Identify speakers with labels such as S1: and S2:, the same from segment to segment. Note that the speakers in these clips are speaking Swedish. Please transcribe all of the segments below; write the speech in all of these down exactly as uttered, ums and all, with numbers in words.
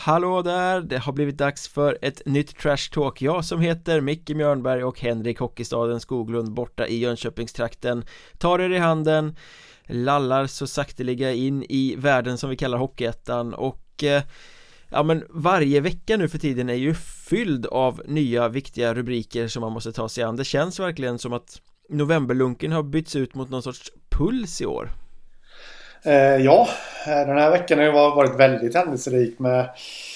S1: Hallå där, det har blivit dags för ett nytt Trash Talk. Jag som heter Micke Mjörnberg och Henrik Hockeystaden Skoglund borta i Jönköpingstrakten tar er i handen, lallar så sakteliga in i världen som vi kallar Hockeyettan. Och eh, ja, men varje vecka nu för tiden är ju fylld av nya viktiga rubriker som man måste ta sig an. Det känns verkligen som att novemberlunken har bytts ut mot någon sorts puls i år.
S2: Eh, ja, den här veckan har ju varit väldigt händelserik med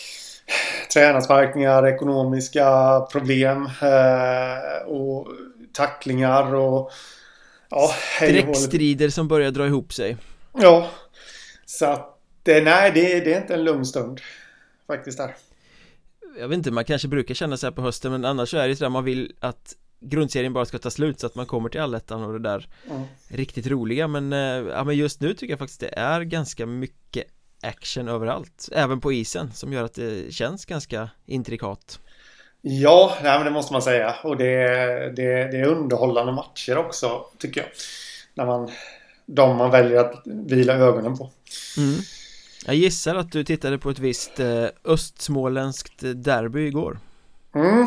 S2: tränarsparkningar, ekonomiska problem eh, och tacklingar och ja,
S1: sträckstrider som börjar dra ihop sig.
S2: Ja, så att det, nej, det, det är inte en lugn stund faktiskt där.
S1: Jag vet inte, man kanske brukar känna sig här på hösten, men annars så är det så där man vill att grundserien bara ska ta slut så att man kommer till allettan och det där mm. riktigt roliga. Men, ja, men just nu tycker jag faktiskt det är ganska mycket action överallt, även på isen, som gör att det känns ganska intrikat.
S2: Ja, nej, men det måste man säga. Och det, det, det är underhållande matcher också, tycker jag, när man, de man väljer att vila ögonen på.
S1: Mm. Jag gissar att du tittade på ett visst eh, östsmåländskt derby igår.
S2: Mm.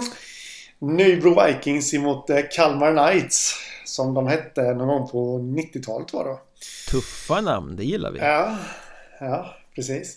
S2: Nybro Vikings emot Kalmar Knights, som de hette någon gång på nittiotalet var det.
S1: Tuffa namn, det gillar vi.
S2: Ja, ja precis.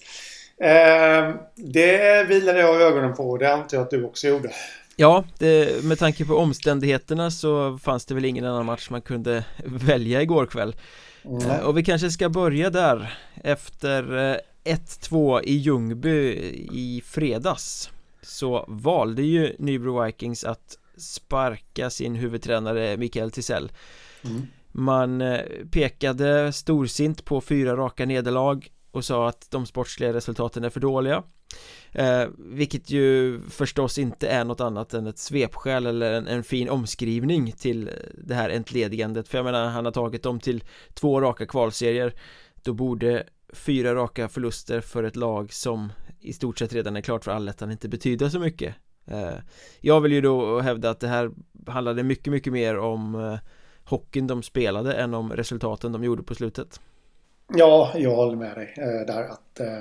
S2: Eh, det vilade jag ögonen på, det antar jag att du också gjorde.
S1: Ja, det, med tanke på omständigheterna så fanns det väl ingen annan match man kunde välja igår kväll. Mm. Eh, och vi kanske ska börja där efter eh, ett två i Ljungby i fredags. Så valde ju Nybro Vikings att sparka sin huvudtränare Mikael Tisell. Mm. Man pekade storsint på fyra raka nederlag och sa att de sportsliga resultaten är för dåliga. Eh, vilket ju förstås inte är något annat än ett svepskäl eller en, en fin omskrivning till det här entledigandet. För jag menar, han har tagit dem till två raka kvalserier. Då borde fyra raka förluster för ett lag som i stort sett redan är klart för allettan inte betyder så mycket. eh, Jag vill ju då hävda att det här handlade mycket, mycket mer om eh, hockeyn de spelade än om resultaten de gjorde på slutet.
S2: Ja, jag håller med dig eh, där att eh,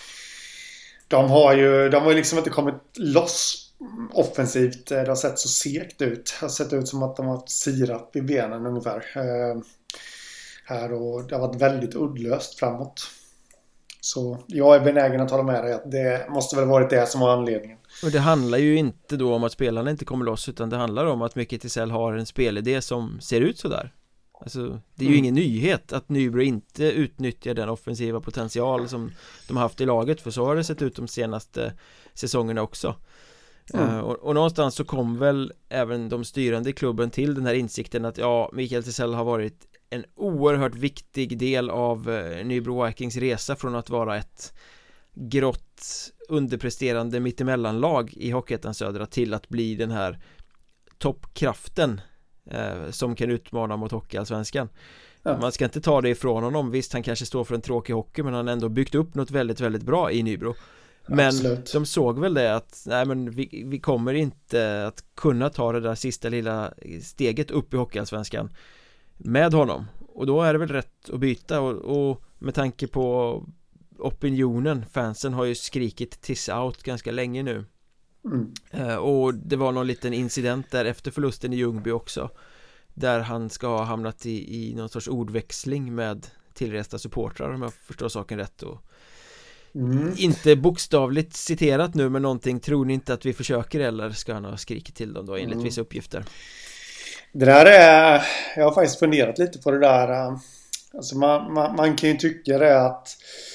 S2: de har ju de har ju liksom inte kommit loss offensivt. Det har sett så segt ut. Det har sett ut som att de har sirap i benen ungefär eh, här, och det har varit väldigt uddlöst framåt. Så jag är benägen att hålla med dig att det måste väl varit det som var anledningen.
S1: Och det handlar ju inte då om att spelarna inte kommer loss, utan det handlar om att Micke Tisell har en spelidé som ser ut så där. Alltså, det är ju mm. ingen nyhet att Nybro inte utnyttjar den offensiva potential som de har haft i laget, för så har det sett ut de senaste säsongerna också. Mm. Uh, och, och någonstans så kom väl även de styrande i klubben till den här insikten att ja, Mikael Tisell har varit en oerhört viktig del av uh, Nybro Vikings resa från att vara ett grått underpresterande mittemellanlag i Hockeyettan Södra till att bli den här toppkraften uh, som kan utmana mot Hockeyallsvenskan. Ja. Man ska inte ta det ifrån honom. Visst, han kanske står för en tråkig hockey, men han har ändå byggt upp något väldigt, väldigt bra i Nybro. Men absolut. De såg väl det att nej, men vi, vi kommer inte att kunna ta det där sista lilla steget upp i Hockeyallsvenskan med honom. Och då är det väl rätt att byta. Och, och med tanke på opinionen, fansen har ju skrikit Tiss out ganska länge nu. Mm. Uh, och det var någon liten incident där efter förlusten i Ljungby också, där han ska ha hamnat i, i någon sorts ordväxling med tillresta supportrar, om jag förstår saken rätt. Och mm. inte bokstavligt citerat nu, men någonting, tror ni inte att vi försöker, eller ska han ha skrikit till dem då enligt mm. vissa uppgifter?
S2: Det där är, jag har faktiskt funderat lite på det där. Alltså man, man, man kan ju tycka det att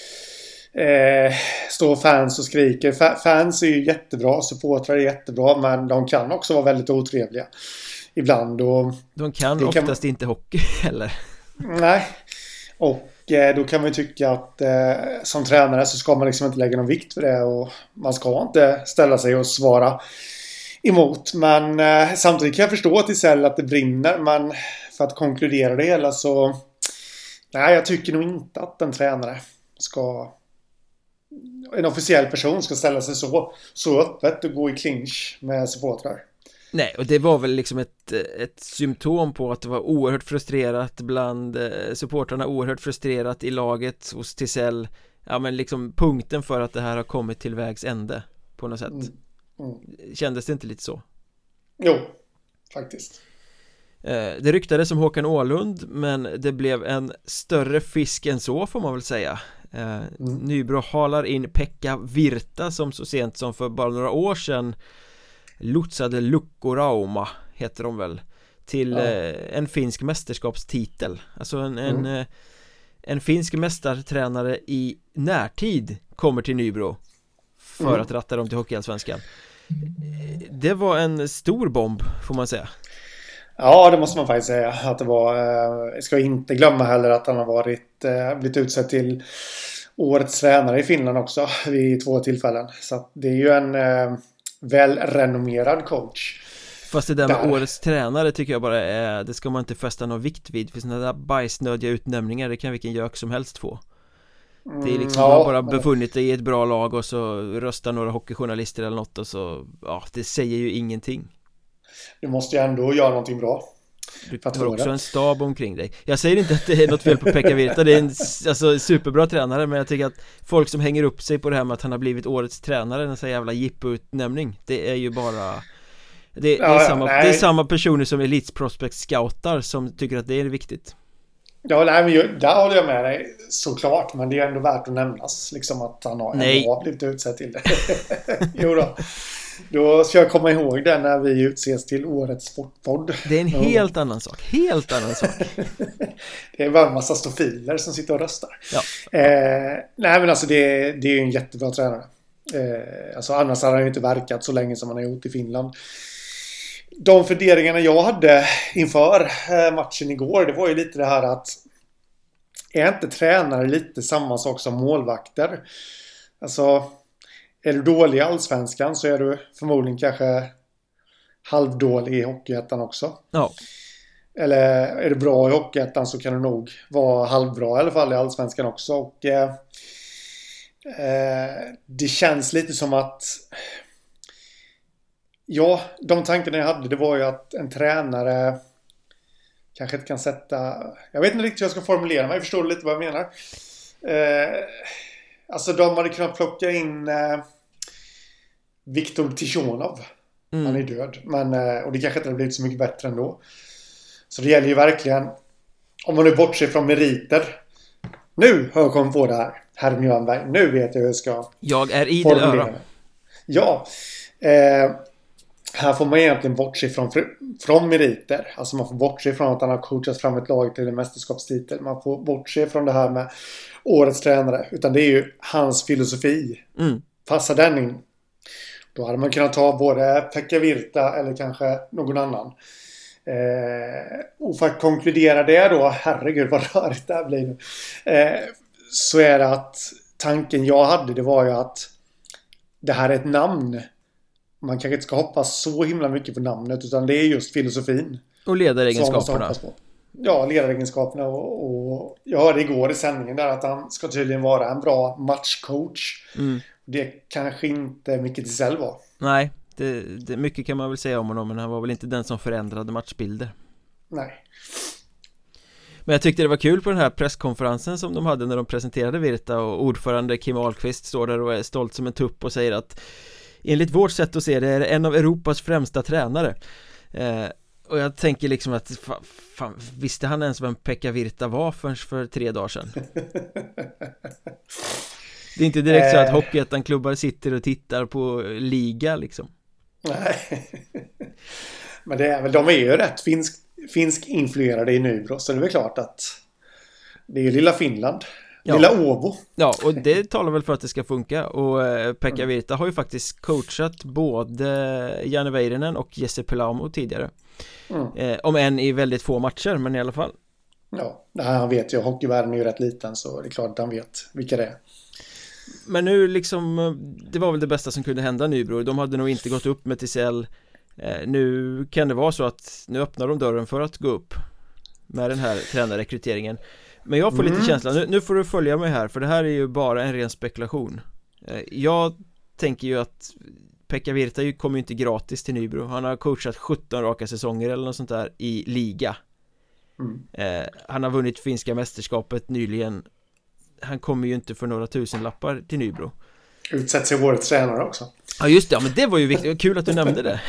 S2: eh, stå fans och skriker. Fa- fans är ju jättebra, supportrar är jättebra, men de kan också vara väldigt otrevliga ibland. Och
S1: de kan oftast kan... inte hockey heller.
S2: Nej, och eh, då kan man ju tycka att eh, som tränare så ska man liksom inte lägga någon vikt för det, och man ska inte ställa sig och svara emot. Men eh, samtidigt kan jag förstå till Tisell att det brinner, men för att konkludera det hela så nej, jag tycker nog inte att en tränare ska, en officiell person ska ställa sig så, så öppet och gå i clinch med supportrar.
S1: Nej, och det var väl liksom ett, ett symptom på att det var oerhört frustrerat bland supportrarna, oerhört frustrerat i laget hos Tisell ja men liksom punkten för att det här har kommit till vägs ände på något sätt.
S2: Mm. Mm.
S1: Kändes det inte lite så?
S2: Jo, faktiskt.
S1: Det ryktades om Håkan Åhlund, men det blev en större fisk än så får man väl säga. mm. Nybro halar in Pekka Virta som så sent som för bara några år sedan lotsade Lukkorauma, heter de väl, till ja. en finsk mästerskapstitel. Alltså en, mm. en, en finsk mästartränare i närtid kommer till Nybro för mm. att ratta dem till Hockeyallsvenskan. Det var en stor bomb får man säga.
S2: Ja, det måste man faktiskt säga att det var. Jag ska inte glömma heller att han har varit blivit utsedd till årets tränare i Finland också vid två tillfällen. Så det är ju en välrenommerad coach.
S1: Fast det där med där. Årets tränare tycker jag bara är, det ska man inte fästa någon vikt vid. För sådana där bajsnödiga utnämningar, det kan vilken gök som helst få. Det är liksom, mm, ja, bara befunnit dig i ett bra lag och så röstar några hockeyjournalister eller något och så, ja, det säger ju ingenting.
S2: Du måste ju ändå göra någonting bra.
S1: Du har också en stab omkring dig. Jag säger inte att det är något fel på Pekka Virta. Det är en alltså, superbra tränare. Men jag tycker att folk som hänger upp sig på det här med att han har blivit årets tränare, en sån jävla jippo-utnämning, det är ju bara det, det, är, ja, samma, det är samma personer som Elite Prospect scoutar som tycker att det är viktigt.
S2: Ja, nej, men där håller jag med dig såklart, men det är ändå värt att nämnas liksom att han har, har blivit utsedd till det. Jo då. Då ska jag komma ihåg det när vi utses till årets sportpodd.
S1: Det är en helt ja. annan sak. Helt annan sak.
S2: Det är bara en massa stofiler som sitter och röstar.
S1: Ja.
S2: Eh, nej men alltså det, det är ju en jättebra tränare. Eh, alltså annars hade han ju inte verkat så länge som han har gjort i Finland. De funderingarna jag hade inför eh, matchen igår, det var ju lite det här att är inte tränare lite samma sak som målvakter? Alltså är du dålig i allsvenskan så är du förmodligen kanske halvdålig i Hockeyettan också.
S1: Ja.
S2: Eller är du bra i Hockeyettan så kan du nog vara halvbra i alla fall i allsvenskan också. Och eh, eh, det känns lite som att ja, de tankarna jag hade det var ju att en tränare kanske inte kan sätta, jag vet inte riktigt hur jag ska formulera men jag förstår lite vad jag menar. Eh, Alltså de hade kunnat plocka in eh, Viktor Tichonov. Mm. Han är död. Men, eh, och det kanske inte hade blivit så mycket bättre ändå. Så det gäller ju verkligen, om man nu bortser från meriter. Nu har jag kommit på det här. Herr Mjölnberg. Nu vet jag hur jag ska
S1: Jag är idel öra.
S2: Ja. Eh, här får man egentligen bortse från, från meriter. Alltså man får bortse från att han har coachat fram ett lag till en mästerskapstitel. Man får bortse från det här med årets tränare. Utan det är ju hans filosofi.
S1: Mm.
S2: Passar den in. Då hade man kunnat ta både Pekka Virta eller kanske någon annan. Eh, och för att konkludera det då, herregud vad rörigt det här blir nu. Eh, så är det att tanken jag hade, det var ju att det här är ett namn. Man kanske inte ska hoppas så himla mycket på namnet, utan det är just filosofin.
S1: Och ledaregenskaperna.
S2: Ja, ledaregenskaperna och, och jag hörde igår i sändningen där att han ska tydligen vara en bra matchcoach.
S1: Mm.
S2: Det kanske inte Micke Tisell var.
S1: Nej, det, det, mycket kan man väl säga om honom, men han var väl inte den som förändrade matchbilder.
S2: Nej.
S1: Men jag tyckte det var kul på den här presskonferensen som de hade när de presenterade Virta, och ordförande Kim Ahlqvist står där och är stolt som en tupp och säger att enligt vårt sätt att se det är det en av Europas främsta tränare. Eh, och jag tänker liksom att fa, fan, visste han ens vem Pekka Virta var förrän för tre dagar sedan? Det är inte direkt så att Hockeyettan-klubbar sitter och tittar på liga liksom.
S2: Nej. Men det är väl, de är ju rätt finsk, finsk influerade i Nybro, så det är väl klart att det är ju lilla Finland.
S1: Ja.
S2: Lilla Åbo.
S1: Ja, och det talar väl för att det ska funka. Och eh, Pekka Virta har ju faktiskt coachat både Janne Väyrynen och Jesse Pelamo tidigare. Mm. Eh, om än i väldigt få matcher, men i alla fall.
S2: Ja, det här han vet ju. Hockeyvärlden är ju rätt liten, så det är klart att han vet vilka det är.
S1: Men nu liksom, det var väl det bästa som kunde hända Nybro. De hade nog inte gått upp med Tisell. Eh, nu kan det vara så att nu öppnar de dörren för att gå upp med den här tränarrekryteringen. Men jag får mm. lite känsla, nu, nu får du följa mig här, för det här är ju bara en ren spekulation. eh, Jag tänker ju att Pekka Virta ju kommer ju inte gratis till Nybro. Han har coachat sjutton raka säsonger eller något sånt där i liga. mm. eh, Han har vunnit finska mästerskapet nyligen. han kommer ju inte för några tusenlappar till Nybro.
S2: Utsett sig årets tränare också.
S1: Ja just det, ja, men det var ju viktigt, kul att du nämnde det.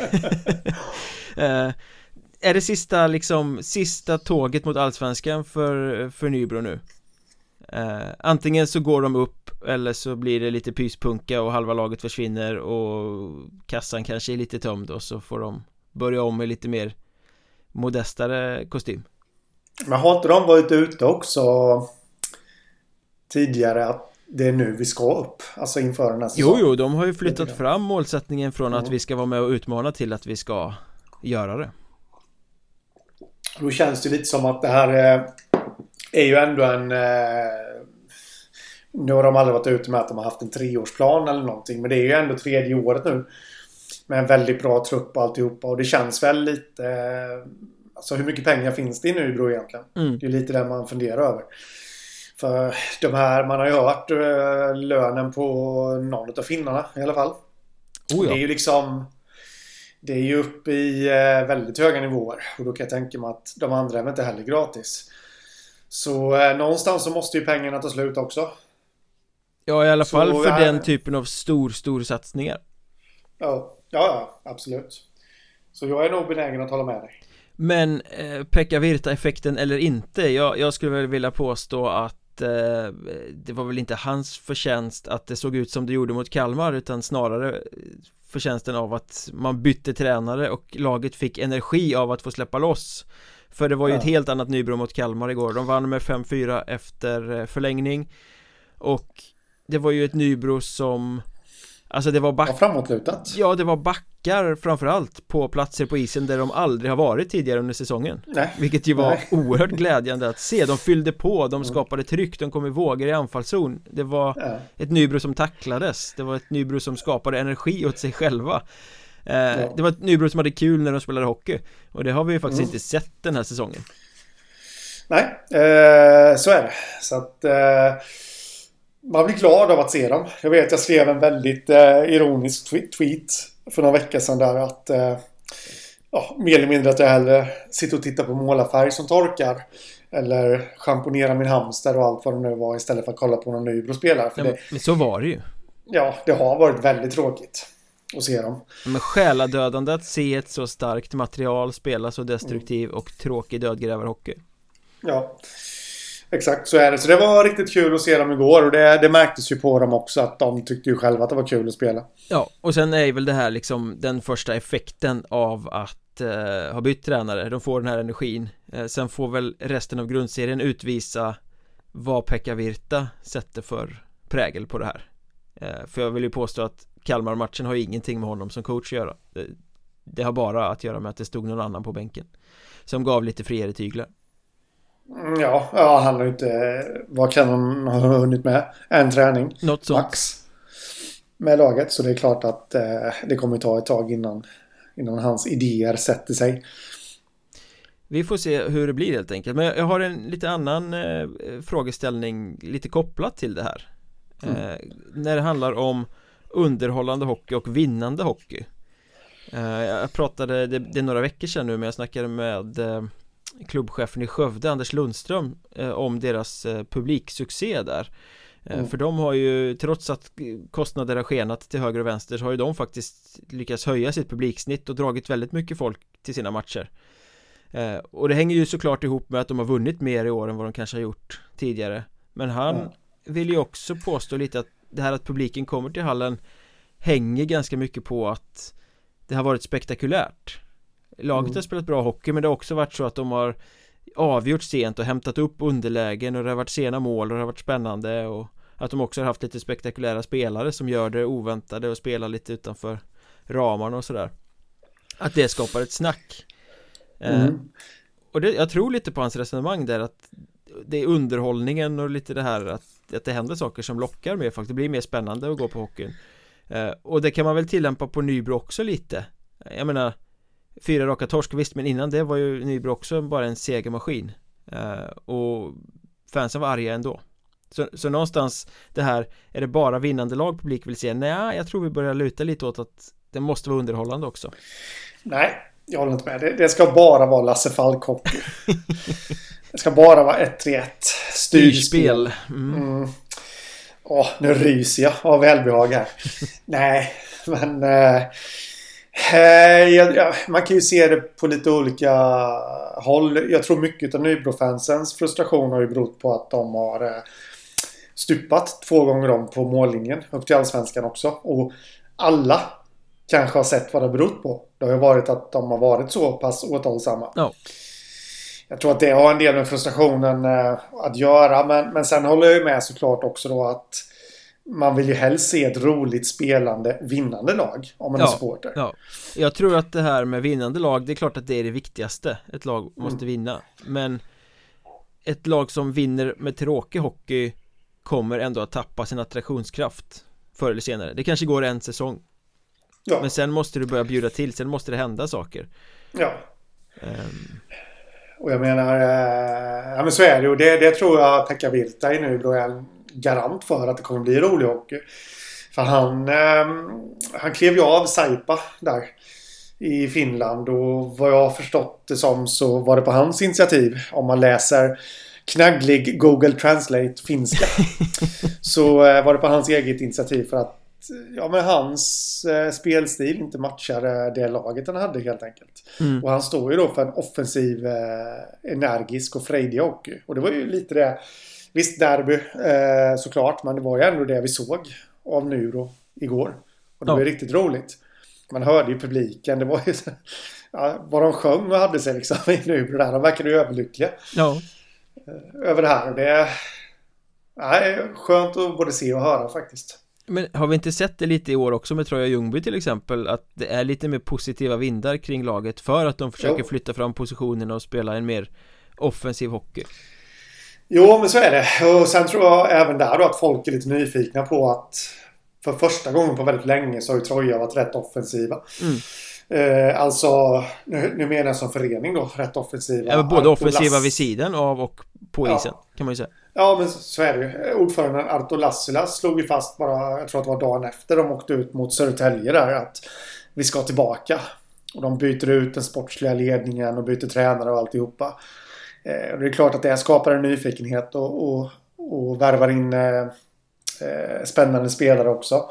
S1: uh, Är det sista liksom sista tåget mot Allsvenskan för, för Nybro nu? Uh, antingen så går de upp eller så blir det lite pyspunka och halva laget försvinner och kassan kanske är lite tömd och så får de börja om med lite mer modestare kostym.
S2: Men har inte de varit ute också tidigare att det är nu vi ska upp, alltså inför den här säsongen?
S1: Jo, jo, de har ju flyttat fram målsättningen från mm. att vi ska vara med och utmana till att vi ska göra det.
S2: Då känns det lite som att det här är ju ändå en... Nu har de aldrig varit ute med att de har haft en treårsplan eller någonting, men det är ju ändå tredje året nu med en väldigt bra trupp och alltihopa, och det känns väl lite... Alltså hur mycket pengar finns det i Nybro egentligen? Mm. Det är lite det man funderar över. För de här, man har ju hört uh, lönen på någon av finnarna i alla fall. Oh ja. Det är ju liksom, det är ju uppe i uh, väldigt höga nivåer. Och då kan jag tänka mig att de andra är inte heller gratis. Så uh, någonstans så måste ju pengarna ta slut också.
S1: Ja, i alla fall
S2: så,
S1: för
S2: uh,
S1: den typen av stor, stor satsningar.
S2: Ja, ja, absolut. Så jag är nog benägen att hålla med dig.
S1: Men eh, Pekka Virta-effekten eller inte, jag, jag skulle väl vilja påstå att eh, det var väl inte hans förtjänst att det såg ut som det gjorde mot Kalmar, utan snarare förtjänsten av att man bytte tränare och laget fick energi av att få släppa loss. För det var ju ja. ett helt annat Nybro mot Kalmar igår. De vann med fem fyra efter förlängning, och det var ju ett Nybro som... Alltså det var back...
S2: ja, framåtlutat.
S1: Ja, det var backar framförallt på platser på isen där de aldrig har varit tidigare under säsongen. Nej. Vilket ju var Nej. oerhört glädjande att se. De fyllde på, de skapade tryck, de kom i vågor i anfallszon. Det var ja. ett Nybro som tacklades. Det var ett Nybro som skapade energi åt sig själva. eh, ja. Det var ett Nybro som hade kul när de spelade hockey. Och det har vi ju faktiskt mm. inte sett den här säsongen.
S2: Nej, eh, så är det. Så att... Eh... Man blir glad av att se dem. Jag vet, jag skrev en väldigt eh, ironisk tweet för några veckor sedan där att eh, ja, mer eller mindre att jag hellre sitter och tittar på målarfärg som torkar eller schamponerar min hamster och allt vad det nu var istället för att kolla på någon Nybro-spelare.
S1: Ja, men, men så var det ju.
S2: Ja, det har varit väldigt tråkigt att se dem.
S1: Men själadödande att se ett så starkt material spela så destruktiv mm. och tråkig dödgrävarhockey.
S2: Ja, exakt, så är det. Så det var riktigt kul att se dem igår, och det, det märktes ju på dem också att de tyckte ju själva att det var kul att spela.
S1: Ja, och sen är väl det här liksom den första effekten av att eh, ha bytt tränare. De får den här energin. Eh, sen får väl resten av grundserien utvisa vad Pekka Virta sätter för prägel på det här. Eh, för jag vill ju påstå att Kalmar-matchen har ju ingenting med honom som coach att göra. Det, det har bara att göra med att det stod någon annan på bänken som gav lite friare tyglar.
S2: Ja, ja, han har ju inte... Vad kan han ha hunnit med? En träning.
S1: Något sånt.
S2: Max. Med laget. Så det är klart att eh, det kommer ta ett tag innan, innan hans idéer sätter sig.
S1: Vi får se hur det blir helt enkelt. Men jag har en lite annan eh, frågeställning lite kopplat till det här. Mm. Eh, när det handlar om underhållande hockey och vinnande hockey. Eh, jag pratade, det, det är några veckor sedan nu, men jag snackade med... Eh, klubbchefen i Skövde, Anders Lundström, eh, om deras eh, publiksuccé där. Eh, mm. För de har ju, trots att kostnader har skenat till höger och vänster, så har ju de faktiskt lyckats höja sitt publiksnitt och dragit väldigt mycket folk till sina matcher. Eh, och det hänger ju såklart ihop med att de har vunnit mer i år än vad de kanske har gjort tidigare. Men han mm. vill ju också påstå lite att det här att publiken kommer till hallen hänger ganska mycket på att det har varit spektakulärt. Laget mm. har spelat bra hockey, men det har också varit så att de har avgjort sent och hämtat upp underlägen, och det har varit sena mål och det har varit spännande, och att de också har haft lite spektakulära spelare som gör det oväntade och spelar lite utanför ramarna och sådär. Att det skapar ett snack. Mm. Eh, och det, jag tror lite på hans resonemang där, att det är underhållningen och lite det här att, att det händer saker som lockar mer faktiskt. Det blir mer spännande att gå på hockeyn. Eh, och det kan man väl tillämpa på Nybro också lite. Jag menar, fyra raka torsk, visst, men innan det var ju Nybro också bara en segermaskin. Uh, och fansen var arga ändå. Så, så någonstans det här, är det bara vinnande lag publik vill se? Nej, jag tror vi börjar luta lite åt att det måste vara underhållande också.
S2: Nej, jag håller inte med. Det, det ska bara vara Lasse Falk hockey. Det ska bara vara ett tre ett.
S1: Styrspel. Mm.
S2: Mm. Åh, nu ryser jag av välbehag här. Nej, men eh, eh, ja, man kan ju se det på lite olika håll. Jag tror mycket av Nybro-fansens frustration har ju berott på att de har eh, stupat två gånger om på mållinjen upp till Allsvenskan också. Och alla kanske har sett vad det berott på. Det har ju varit att de har varit så pass återhållsamma.
S1: Ja.
S2: Jag tror att det har en del med frustrationen eh, att göra. Men, men sen håller jag ju med såklart också då att man vill ju helst se ett roligt spelande vinnande lag om man
S1: ja,
S2: är supporter.
S1: Ja. Jag tror att det här med vinnande lag, det är klart att det är det viktigaste. Ett lag måste mm. vinna. Men ett lag som vinner med tråkig hockey kommer ändå att tappa sin attraktionskraft förr eller senare. Det kanske går en säsong. Ja. Men sen måste du börja bjuda till. Sen måste det hända saker.
S2: Ja.
S1: Um.
S2: Och jag menar, eh, ja men så är det ju. Det, det tror jag Pekka Virta nu då är en garant för att det kommer bli rolig hockey. För han, eh, han klev ju av Saipa där i Finland. Och vad jag har förstått det som så var det på hans initiativ. Om man läser knagglig Google Translate finska. Så eh, var det på hans eget initiativ för att ja, men hans eh, spelstil inte matchade det laget han hade helt enkelt. Mm. Och han står ju då för en offensiv, eh, energisk och frejdig hockey. Och det var ju lite det, visst derby eh, såklart, men det var ju ändå det vi såg av nu då igår. Och det ja. var ju riktigt roligt. Man hörde ju publiken, det var ju ja, vad de sjöng och hade sig liksom i nu där. De verkade ju överlyckliga.
S1: Ja.
S2: Eh, över det här. Och det är ja, skönt att både se och höra faktiskt.
S1: Men har vi inte sett det lite i år också med Troja Ljungby till exempel, att det är lite mer positiva vindar kring laget för att de försöker jo. flytta fram positionerna och spela en mer offensiv hockey?
S2: Jo, men så är det. Och sen tror jag även där då att folk är lite nyfikna på att för första gången på väldigt länge så har ju Troja varit rätt offensiva. Mm. Eh, alltså, nu, nu menar jag som förening då, rätt offensiva.
S1: Ja, både offensiva vid sidan av och på isen, ja. kan man ju säga.
S2: Ja, men så är det ju. Ordföranden Arto Lassilas slog ju fast bara, jag tror att det var dagen efter de åkte ut mot Södertälje där, att vi ska tillbaka. Och de byter ut den sportsliga ledningen och byter tränare och alltihopa. Eh, och det är klart att det skapar en nyfikenhet och, och, och värvar in eh, spännande spelare också.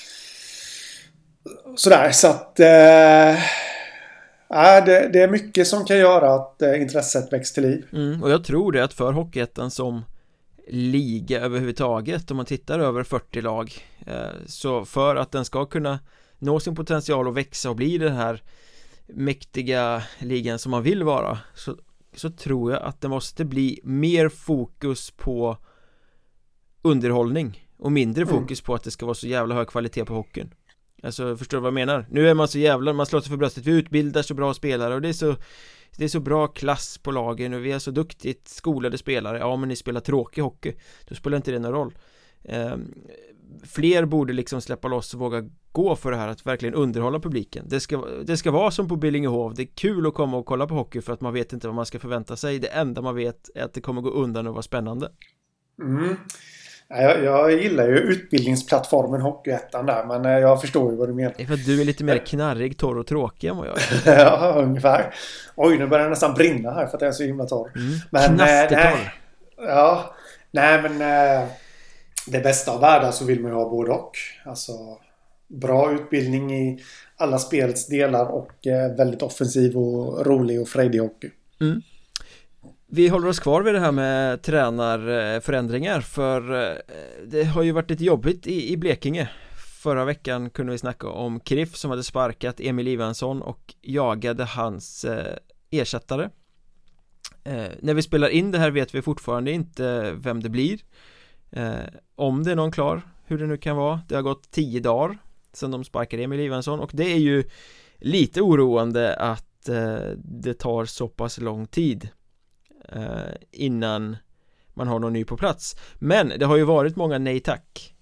S2: Sådär, så att eh, äh, det, det är mycket som kan göra att eh, intresset väcks till liv.
S1: Mm, och jag tror det att för Hockeyettan som liga överhuvudtaget, om man tittar över fyrtio lag, eh, så för att den ska kunna nå sin potential och växa och bli den här mäktiga ligan som man vill vara, så, så tror jag att det måste bli mer fokus på underhållning och mindre fokus mm. på att det ska vara så jävla hög kvalitet på hockeyn. Alltså, förstår du vad jag menar? Nu är man så jävla, man slår sig för bröstet, vi utbildar så bra spelare och det är så det är så bra klass på lagen och vi är så duktigt skolade spelare. Ja, men ni spelar tråkig hockey, då spelar inte det någon roll. eh, Fler borde liksom släppa loss och våga gå för det här, att verkligen underhålla publiken. Det ska, det ska vara som på Billingehov. Det är kul att komma och kolla på hockey för att man vet inte vad man ska förvänta sig. Det enda man vet är att det kommer gå undan och vara spännande.
S2: Mm. Jag, jag gillar ju utbildningsplattformen Hockeyettan där, men jag förstår ju vad du menar.
S1: Det är för att du är lite mer knarrig, torr och tråkig än vad jag är.
S2: Ja, ungefär. Oj, nu börjar det nästan brinna här för att jag är så himla torr.
S1: Mm. Men nej,
S2: ja, nej men äh, det bästa av världen så vill man ju ha både och. Alltså bra utbildning i alla spelets delar och äh, väldigt offensiv och rolig och frejdig hockey.
S1: Mm. Vi håller oss kvar vid det här med tränarförändringar, för det har ju varit lite jobbigt i, i Blekinge. Förra veckan kunde vi snacka om Kriff som hade sparkat Emil Ivansson och jagade hans eh, ersättare. Eh, när vi spelar in det här vet vi fortfarande inte vem det blir. Eh, om det är någon klar, hur det nu kan vara. Det har gått tio dagar sedan de sparkade Emil Ivansson och det är ju lite oroande att eh, det tar så pass lång tid Uh, innan man har någon ny på plats. Men det har ju varit många nej tack.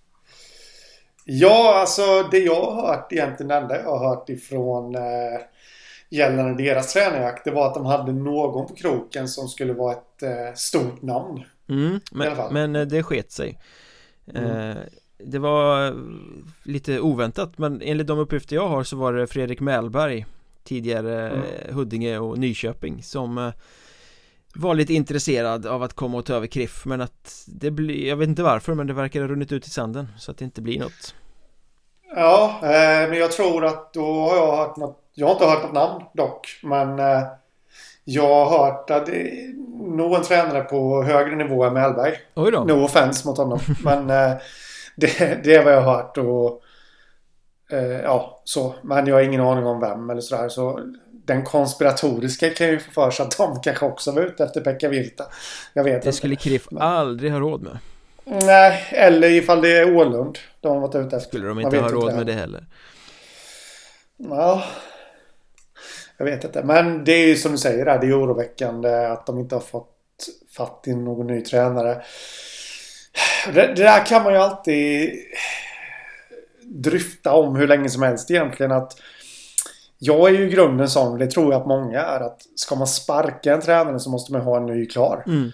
S2: Ja, alltså det jag har hört egentligen, det enda jag har hört ifrån uh, gällande deras tränarjakt, det var att de hade någon på kroken som skulle vara ett uh, stort namn.
S1: Mm, men, men uh, det sket sig. Mm. Uh, det var lite oväntat, men enligt de uppgifter jag har så var det Fredrik Mellberg, tidigare mm. Huddinge och Nyköping, som uh, var lite intresserad av att komma och ta över K R I F, men att det blir, jag vet inte varför, men det verkar ha runnit ut i sanden så att det inte blir något.
S2: Ja, eh, men jag tror att då har jag hört något, jag har inte hört något namn dock, men eh, jag har hört att det är nog en tränare på högre nivå än Mellberg.
S1: Oj då.
S2: No offense mot honom, men eh, det, det är vad jag har hört och eh, ja, så. Men jag har ingen aning om vem eller sådär, så den konspiratoriska kan ju få för sig att de kanske också var ute efter Pekka Virta. Jag vet
S1: det
S2: inte.
S1: skulle K R I F aldrig ha råd med.
S2: Nej, eller ifall det är Ålund de har varit ute efter.
S1: Skulle de inte ha råd med det heller?
S2: Ja, jag vet inte. Men det är ju som du säger där, det är oroväckande att de inte har fått fatt in någon ny tränare. Det, det där kan man ju alltid dryfta om hur länge som helst egentligen. Att jag är ju i grunden sån, det tror jag att många är, att ska man sparka en tränare så måste man ha en ny klar.
S1: Mm.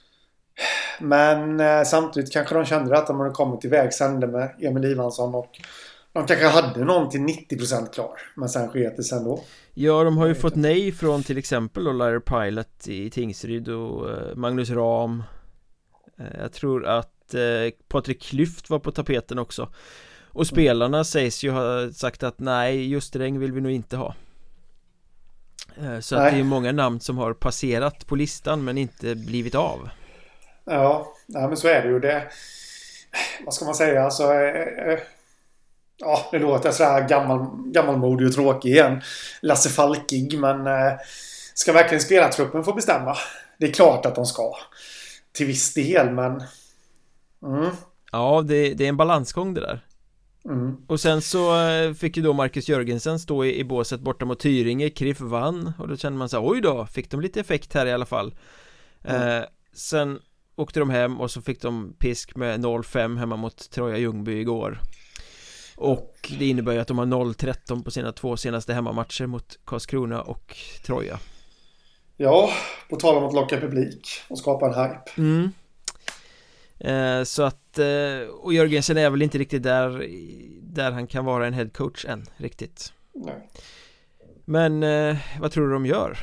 S2: Men eh, samtidigt kanske de kände att de hade kommit till vägs ände med Emil Ivansson och de kanske hade någon till nittio procent klar, men sen sket det sen då.
S1: Ja, de har ju fått nej från till exempel då Lyra Pilot i Tingsryd och eh, Magnus Ram. eh, Jag tror att eh, Patrik Klyft var på tapeten också. Och spelarna sägs ju ha sagt att nej, just Sträng vill vi nog inte ha. eh, Så nej. Att det är många namn som har passerat på listan men inte blivit av.
S2: Ja, nej, men så är det ju det. Vad ska man säga? Alltså, eh, eh, ja, det låter så här gammal, gammalmodig och tråkig igen. Lasse Falkig, men eh, ska verkligen spelartruppen få bestämma? Det är klart att de ska. Till viss del, men... Mm.
S1: Ja, det, det är en balansgång det där.
S2: Mm.
S1: Och sen så eh, fick ju då Marcus Jörgensen stå i, i båset borta mot Tyringe. K R I F vann. Och då kände man så här, oj då, fick de lite effekt här i alla fall. Mm. Eh, sen... åkte de hem och så fick de pisk med noll fem hemma mot Troja Ljungby igår. Och det innebär ju att de har noll tretton på sina två senaste hemmamatcher mot Karlskrona och Troja.
S2: Ja, på tal om att locka publik och skapa en hype.
S1: Mm. Eh, så att eh, och Jörgensen är väl inte riktigt där där han kan vara en head coach än riktigt.
S2: Nej.
S1: Men eh, vad tror du de gör?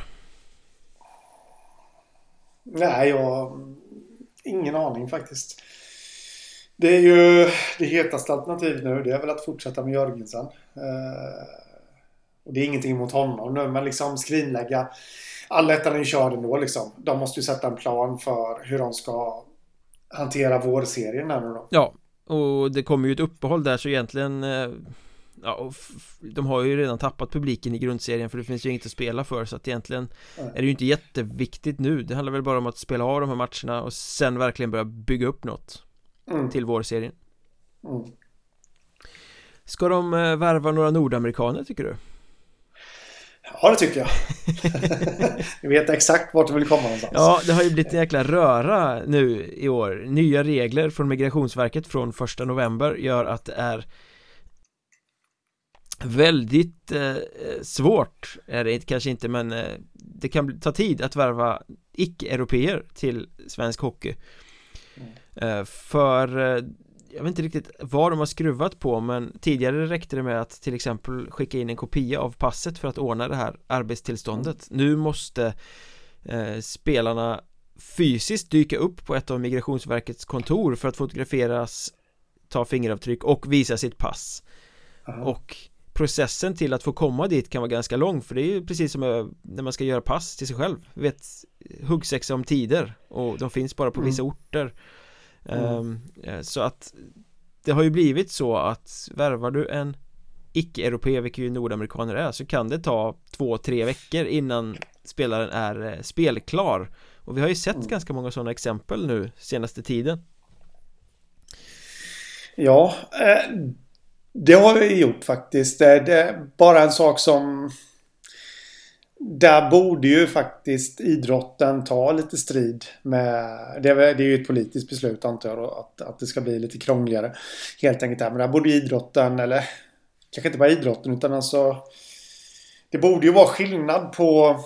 S2: Nej, jag ingen aning faktiskt. Det är ju det hetaste alternativet nu. Det är väl att fortsätta med Jörgensen. Eh, och det är ingenting emot honom nu, men liksom skrinlägga allettan är ju körd ändå liksom. De måste ju sätta en plan för hur de ska hantera vårserien här nu då.
S1: Ja, och det kommer ju ett uppehåll där så egentligen eh, ja, de har ju redan tappat publiken i grundserien för det finns ju inget att spela för, så att egentligen Nej. är det ju inte jätteviktigt nu. Det handlar väl bara om att spela av de här matcherna och sen verkligen börja bygga upp något mm. till vårserien. Mm. Ska de eh, värva några nordamerikaner tycker du?
S2: Ja, det tycker jag. Jag vet exakt vart du vill komma någonstans.
S1: Ja, det har ju blivit en jäkla röra nu i år. Nya regler från Migrationsverket från första november gör att det är väldigt eh, svårt, är det kanske inte, men eh, det kan ta tid att värva icke-europeer till svensk hockey. Mm. Eh, för eh, jag vet inte riktigt vad de har skruvat på, men tidigare räckte det med att till exempel skicka in en kopia av passet för att ordna det här arbetstillståndet. Mm. Nu måste eh, spelarna fysiskt dyka upp på ett av Migrationsverkets kontor för att fotograferas, ta fingeravtryck och visa sitt pass. Mm. Och processen till att få komma dit kan vara ganska lång, för det är ju precis som när man ska göra pass till sig själv. Vet, huggsexa om tider och de finns bara på mm. vissa orter. Mm. Um, så att det har ju blivit så att värvar du en icke-europé, vilket ju nordamerikaner är, så kan det ta två, tre veckor innan spelaren är eh, spelklar. Och vi har ju sett mm. ganska många sådana exempel nu senaste tiden.
S2: Ja, eh, det har vi gjort faktiskt. Det är bara en sak som där borde ju faktiskt idrotten ta lite strid med, det är, det är ju ett politiskt beslut antar jag då, att, att det ska bli lite krångligare helt enkelt där. Men där borde idrotten, eller kanske inte bara idrotten utan alltså det borde ju vara skillnad på,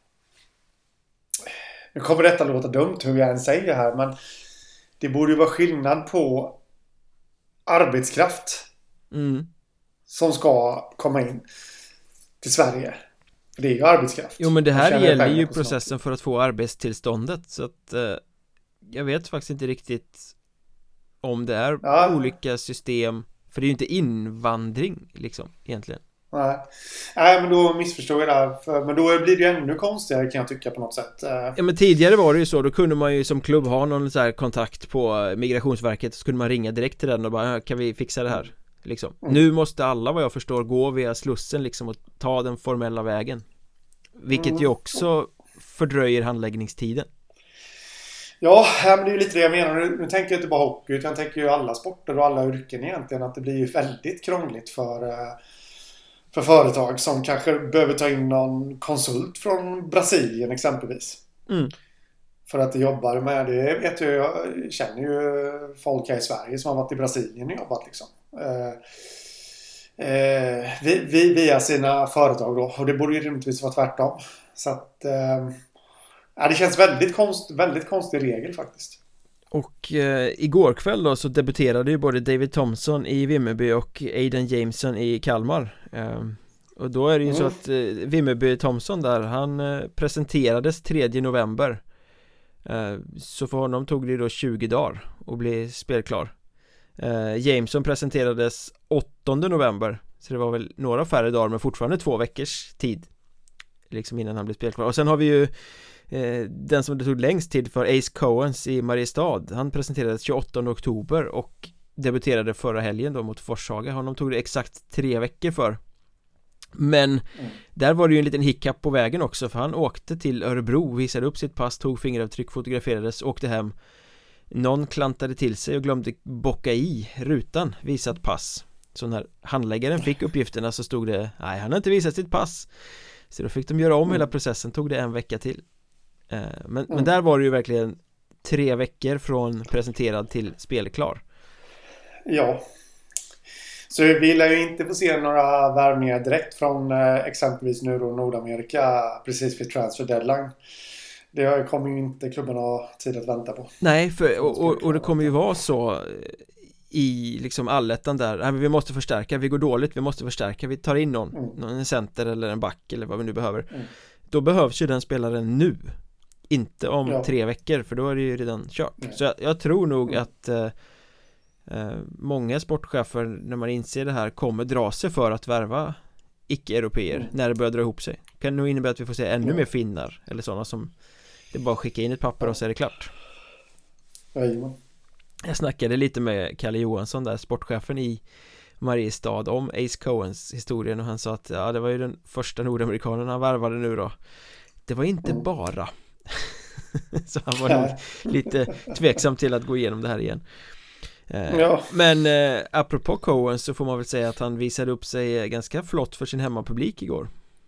S2: nu kommer detta låta dumt hur jag än säger här, men det borde ju vara skillnad på arbetskraft
S1: mm.
S2: som ska komma in till Sverige Det är ju arbetskraft.
S1: Jo, men det här gäller ju processen för att få arbetstillståndet. Så att eh, jag vet faktiskt inte riktigt om det är ja. olika system. För det är ju inte invandring liksom, egentligen.
S2: Nej, Nej men då missförstår jag det här. För, men då blir det ju ännu konstigare kan jag tycka på något sätt.
S1: Ja, men tidigare var det ju så. Då kunde man ju som klubb ha någon så här kontakt på Migrationsverket. Så kunde man ringa direkt till den och bara, kan vi fixa det här? Liksom. Mm. Nu måste alla, vad jag förstår, gå via Slussen liksom, och ta den formella vägen. Vilket mm. ju också fördröjer handläggningstiden.
S2: Ja, men det är ju lite det jag menar. Nu, nu tänker jag inte bara hockey, utan jag tänker ju alla sporter och alla yrken egentligen. Att det blir ju väldigt krångligt för, för företag som kanske behöver ta in någon konsult från Brasilien exempelvis. Mm. För att de jobbar med det. Vet jag, jag känner ju folk här i Sverige som har varit i Brasilien och jobbat liksom. Eh, eh, vi, vi, via sina företag då. Och det borde ju rimligtvis vara tvärtom. Så att eh, ja, det känns väldigt, konst, väldigt konstig regel faktiskt.
S1: Och eh, igår kväll då så debuterade ju både David Thompson i Vimmerby och Aiden Jameson i Kalmar. Eh, och då är det ju mm. så att eh, Vimmerby Thompson där, han eh, presenterades tredje november. Eh, så för honom tog det då tjugo dagar att bli spelklar. eh, Jameson presenterades åttonde november. Så det var väl några färre dagar, men fortfarande två veckors tid liksom innan han blev spelklar. Och sen har vi ju eh, den som det tog längst tid för, Ace Coens i Mariestad. Han presenterades tjugoåttonde oktober och debuterade förra helgen då mot Forshaga. Honom tog det exakt tre veckor för. Men mm. där var det ju en liten hiccup på vägen också, för han åkte till Örebro, visade upp sitt pass, tog fingeravtryck, fotograferades, åkte hem. Någon klantade till sig och glömde bocka i rutan, visat pass. Så när handläggaren fick uppgifterna så stod det, nej, han har inte visat sitt pass. Så då fick de göra om mm. hela processen, tog det en vecka till. eh, men, mm. men där var det ju verkligen tre veckor från presenterad till spelklar.
S2: Ja. Så vi lär ju inte få se några värvningar direkt från eh, exempelvis nu då Nordamerika precis vid transfer deadline. Det kommer ju inte klubben ha tid att vänta på.
S1: Nej, för, och, och, och det kommer ju vara så i liksom allettan där. Nej, vi måste förstärka, vi går dåligt, vi måste förstärka. Vi tar in någon, mm. någon center eller en back eller vad vi nu behöver. Mm. Då behövs ju den spelaren nu. Inte om ja. tre veckor, för då är det ju redan kört. Nej. Så jag, jag tror nog mm. att eh, eh, många sportchefer, när man inser det här, kommer dra sig för att värva icke-europeer mm. när det börjar dra ihop sig. Kan nog innebära att vi får se ännu ja. mer finnar eller sådana som det bara skicka in ett papper och så är det klart.
S2: Jajamän.
S1: Jag snackade lite med Kalle Johansson där, sportchefen i Mariestad, om Ace Coens historien, och han sa att ja, det var ju den första nordamerikanen han värvade nu då. Det var inte mm. bara. Så han var nog lite tveksam till att gå igenom det här igen. Eh, ja. Men eh, apropå Coens så får man väl säga att han visade upp sig ganska flott för sin hemmapublik igår.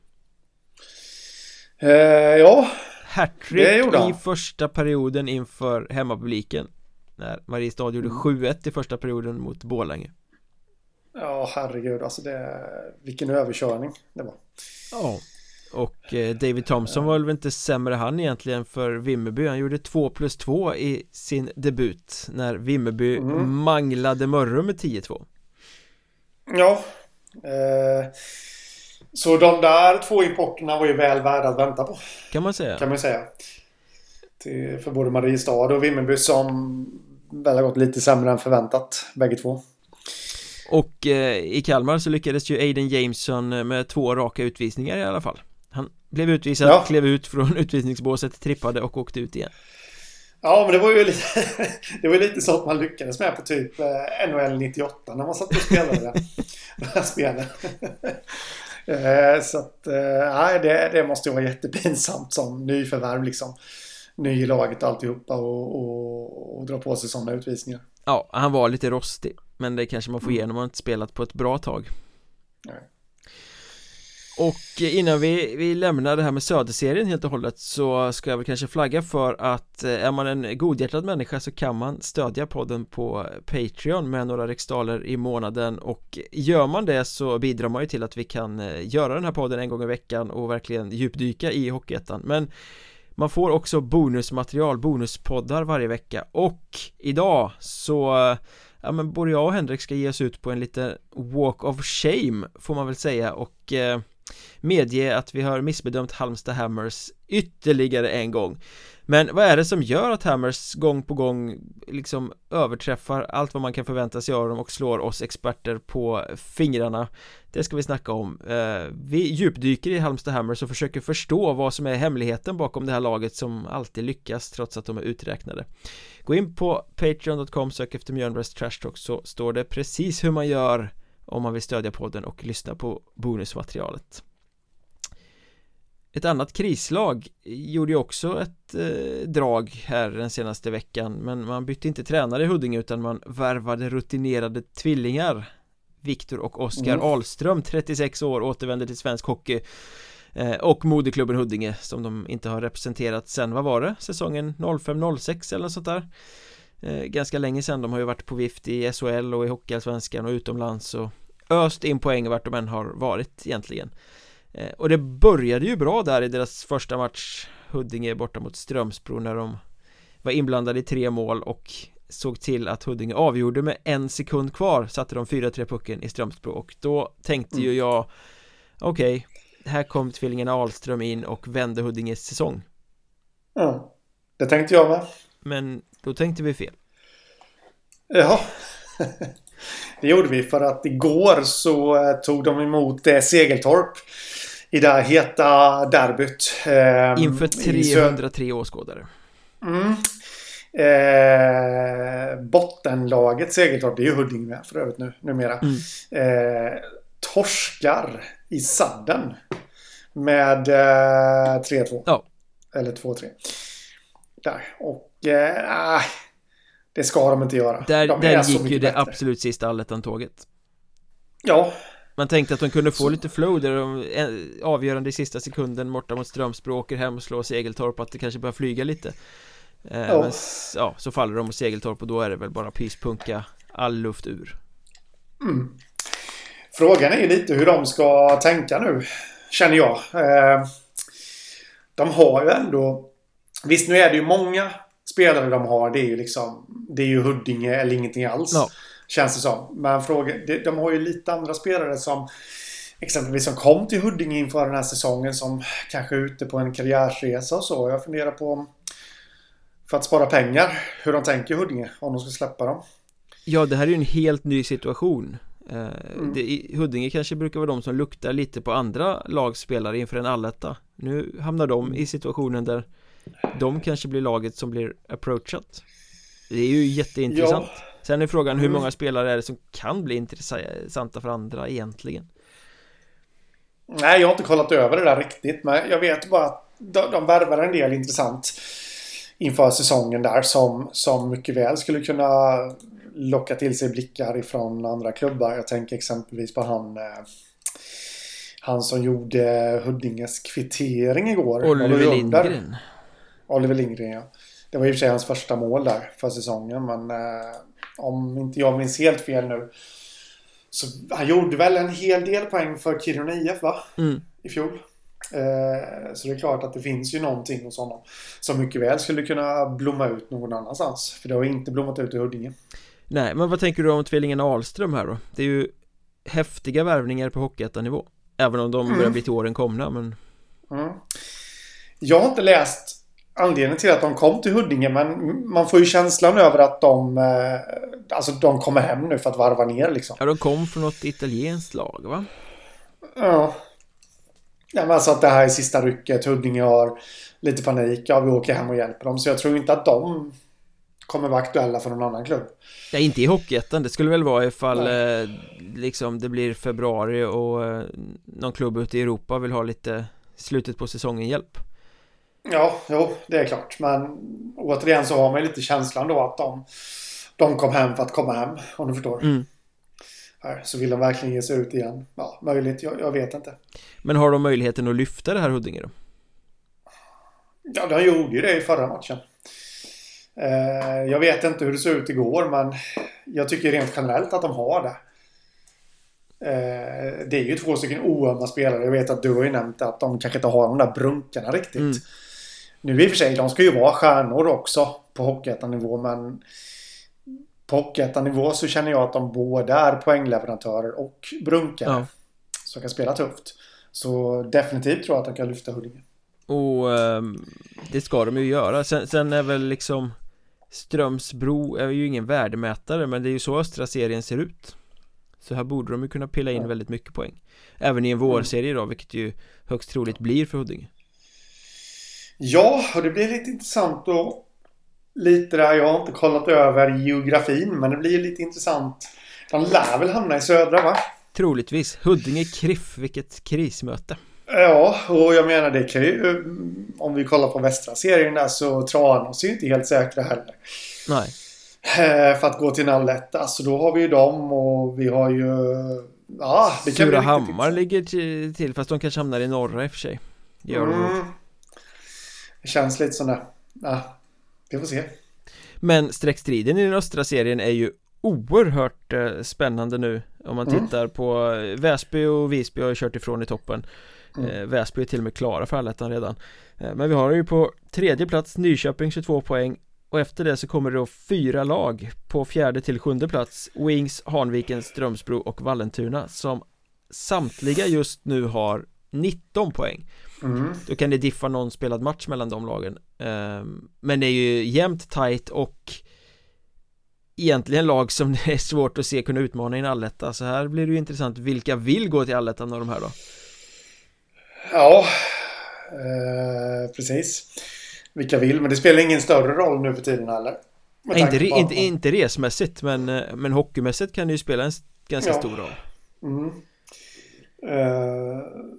S2: Eh, ja.
S1: Hattrick i första perioden inför hemmapubliken när Mariestad gjorde mm. sju ett i första perioden mot Borlänge.
S2: Ja, herregud, alltså det, vilken överkörning det var.
S1: Ja, och eh, David Thompson ja. var väl inte sämre han egentligen för Vimmerby. Han gjorde två plus två i sin debut när Vimmerby mm. manglade Mörrum med tio två.
S2: Ja, eh, så de där två importerna var ju väl värda att vänta på.
S1: Kan man säga.
S2: Kan man säga. Till, för både Mariestad och Vimmerby som väl har gått lite sämre än förväntat, bägge två.
S1: Och eh, i Kalmar så lyckades ju Aiden Jameson med två raka utvisningar i alla fall. Han blev utvisad, ja. klev ut från utvisningsbåset, trippade och åkte ut igen.
S2: Ja, men det var ju lite, det var lite så att man lyckades med på typ eh, N H L nittioåtta när man satt och spelade det, det här spelet. eh, så att, eh, det, det måste ju vara jättepinsamt som nyförvärv liksom. Ny i laget och alltihopa och, och, och dra på sig sådana utvisningar.
S1: Ja, han var lite rostig, men det kanske man får igenom om man inte spelat på ett bra tag.
S2: Nej.
S1: Och innan vi, vi lämnar det här med Söderserien helt och hållet så ska jag väl kanske flagga för att är man en godhjärtad människa så kan man stödja podden på Patreon med några riksdaler i månaden, och gör man det så bidrar man ju till att vi kan göra den här podden en gång i veckan och verkligen djupdyka i Hockeyettan. Men man får också bonusmaterial, bonuspoddar varje vecka, och idag så ja, men både jag och Henrik ska ge oss ut på en liten walk of shame får man väl säga, och eh, medge att vi har missbedömt Halmstad Hammers ytterligare en gång. Men vad är det som gör att Hammers gång på gång liksom överträffar allt vad man kan förvänta sig av dem och slår oss experter på fingrarna? Det ska vi snacka om. Vi djupdyker i Halmstad Hammers och försöker förstå vad som är hemligheten bakom det här laget som alltid lyckas trots att de är uträknade. Gå in på patreon dot com, sök efter Mjölnbergs Trash Talk, så står det precis hur man gör om man vill stödja podden och lyssna på bonusmaterialet. Ett annat krislag gjorde ju också ett eh, drag här den senaste veckan, men man bytte inte tränare i Huddinge utan man värvade rutinerade tvillingar. Viktor och Oskar mm. Ahlström, trettiosex år, återvänder till svensk hockey, eh, och moderklubben Huddinge som de inte har representerat sen, vad var det? Säsongen noll fem noll sex eller något sånt där. Eh, ganska länge sedan. De har ju varit på vift i S H L och i Hockeyallsvenskan och utomlands och öst in poäng vart de än har varit egentligen. Eh, och det började ju bra där i deras första match, Huddinge borta mot Strömsbro, när de var inblandade i tre mål och såg till att Huddinge avgjorde med en sekund kvar, satte de fyra tre pucken i Strömsbro, och då tänkte mm. ju jag okej, okay, här kom tvillingarna Ahlström in och vände Huddinges säsong.
S2: Ja, det tänkte jag med.
S1: Men då tänkte vi fel.
S2: Ja, det gjorde vi, för att igår så tog de emot eh, Segeltorp i det heta derbyt. Eh,
S1: Inför trehundratre åskådare.
S2: Mm. Eh, bottenlaget Segeltorp, det är ju Huddinge med för övrigt nu, numera. Mm. Eh, torskar i sadden med eh, tre två.
S1: Ja.
S2: Eller två tre. Där. Och eh, det ska de inte göra.
S1: Där,
S2: de
S1: där gick ju det bättre. Absolut sista Allettan-tåget.
S2: Ja.
S1: Man tänkte att de kunde få så lite flow där de avgörande i sista sekunden borta mot Strömsbro, åker hem och slår Segeltorp, att det kanske börjar flyga lite. Eh, ja. Men ja, så faller de mot Segeltorp och då är det väl bara pyspunka all luft ur.
S2: Mm. Frågan är ju lite hur de ska tänka nu, känner jag. Eh, de har ju ändå, visst nu är det ju många spelare de har, det är ju liksom, det är ju Huddinge eller ingenting alls, ja. Känns det som. Men fråga, de, de har ju lite andra spelare som exempelvis som kom till Huddinge inför den här säsongen, som kanske är ute på en karriärsresa och så. Jag funderar på om, för att spara pengar, hur de tänker Huddinge om de ska släppa dem.
S1: Ja, det här är ju en helt ny situation. Mm. det, Huddinge kanske brukar vara de som luktar lite på andra lagspelare inför en alletta. Nu hamnar de i situationen där de kanske blir laget som blir approachat. Det är ju jätteintressant. Ja. Sen är frågan hur många spelare är det som kan bli intressanta för andra egentligen.
S2: Nej, jag har inte kollat över det där riktigt, men jag vet bara att de, de värvar en del intressant inför säsongen där som, som mycket väl skulle kunna locka till sig blickar ifrån andra klubbar. Jag tänker exempelvis på han han som gjorde Huddinges kvittering igår.
S1: Oliver Lindgren.
S2: Oliver Lindgren, ja. Det var i och för sig hans första mål där för säsongen, men eh, om inte jag minns helt fel nu, så han gjorde väl en hel del poäng för Kiruna I F, va? Mm. I fjol. Eh, så det är klart att det finns ju någonting hos honom som mycket väl skulle kunna blomma ut någon annanstans, för det har inte blommat ut i Huddinge.
S1: Nej, men vad tänker du om tvillingen Ahlström här då? Det är ju häftiga värvningar på hockeyettanivå, även om de mm. börjar bli till åren komna, men...
S2: Mm. Jag har inte läst anledningen till att de kom till Huddinge, men man får ju känslan över att de eh, alltså de kommer hem nu för att varva ner liksom.
S1: Ja, de kom från något italienskt lag, va?
S2: Ja. Ja, men alltså att det här är sista rycket, Huddinge har lite panik, ja, vi åker hem och hjälper dem, så jag tror inte att de kommer vara aktuella för någon annan klubb.
S1: Ja, inte i Hockeyettan, det skulle väl vara ifall eh, liksom det blir februari och eh, någon klubb ute i Europa vill ha lite slutet på säsongen hjälp.
S2: Ja, jo, det är klart. Men återigen så har man lite känslan då att de, de kom hem för att komma hem, om du förstår. Mm. Här, så vill de verkligen ge sig ut igen. Ja, möjligt, jag, jag vet inte.
S1: Men har de möjligheten att lyfta det här Huddinge då?
S2: Ja, de gjorde ju det i förra matchen. Eh, jag vet inte hur det såg ut igår, men jag tycker rent generellt att de har det. Eh, det är ju två stycken oömma spelare. Jag vet att du har ju nämnt att de kanske inte har de där brunkarna riktigt. Mm. Nu i och för sig, de ska ju vara stjärnor också på Hockeyettan-nivå, men på Hockeyettan-nivå så känner jag att de både är poängleverantörer och brunkare, ja, som kan spela tufft. Så definitivt tror jag att de kan lyfta Huddinge.
S1: Och eh, det ska de ju göra. Sen, sen är väl liksom Strömsbro är ju ingen värdemätare, men det är ju så östra serien ser ut. Så här borde de ju kunna pilla in ja. väldigt mycket poäng. Även i en vårserie då, vilket ju högst troligt blir för Huddinge.
S2: Ja, och det blir lite intressant och lite där, jag har inte kollat över geografin, men det blir lite intressant. De lär väl hamna i södra, va?
S1: Troligtvis. Huddinge-Kriff, vilket krismöte.
S2: Ja, och jag menar det kan ju, om vi kollar på västra serien där, så Tranås är ju inte helt säkra heller.
S1: Nej.
S2: För att gå till en alletta, så då har vi ju dem och vi har ju ja, det kan
S1: Surahammar ligger till, fast de kanske hamnar i norra i och för sig. Gör
S2: mm. Det känns lite sån där. Ja, vi får se. Men
S1: streckstriden i den östra serien är ju oerhört eh, spännande nu. Om man tittar mm. på Väsby och Visby har ju kört ifrån i toppen. Mm. eh, Väsby är till och med klara för allettan redan. eh, Men vi har ju på tredje plats Nyköping tjugotvå poäng. Och efter det så kommer det då fyra lag på fjärde till sjunde plats. Wings, Hanviken, Strömsbro och Vallentuna, som samtliga just nu har nitton poäng. Mm. Då kan det diffa någon spelad match mellan de lagen. um, Men det är ju jämnt tight och egentligen lag som det är svårt att se kunna utmana i en alletta. Så här blir det ju intressant. Vilka vill gå till allettan av de här då?
S2: Ja, eh, precis. Vilka vill, men det spelar ingen större roll nu för tiden heller.
S1: Nej, inte, re, inte, inte resmässigt, men, men hockeymässigt kan det ju spela en ganska ja. stor roll.
S2: Mm. Uh,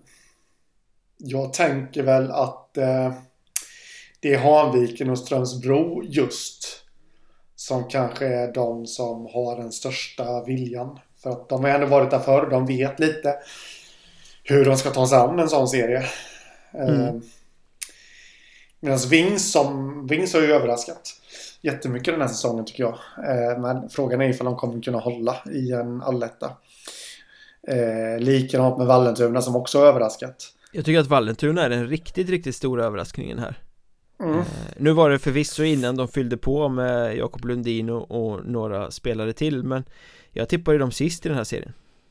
S2: jag tänker väl att uh, det är Hanviken och Strömsbro just som kanske är de som har den största viljan. För att de har ändå varit där förr, de vet lite hur de ska ta sig an en sån serie. Uh, mm. Medan Wings, som, Wings har ju överraskat jättemycket den här säsongen tycker jag. Eh, men frågan är ifall de kommer kunna hålla i en alletta. Eh, likadant med Vallentuna som också har överraskat.
S1: Jag tycker att Vallentuna är den riktigt, riktigt stora överraskningen här.
S2: Mm.
S1: Eh, nu var det förvisso innan de fyllde på med Jakob Lundin och, och några spelare till. Men jag tippar ju dem sist i den här serien.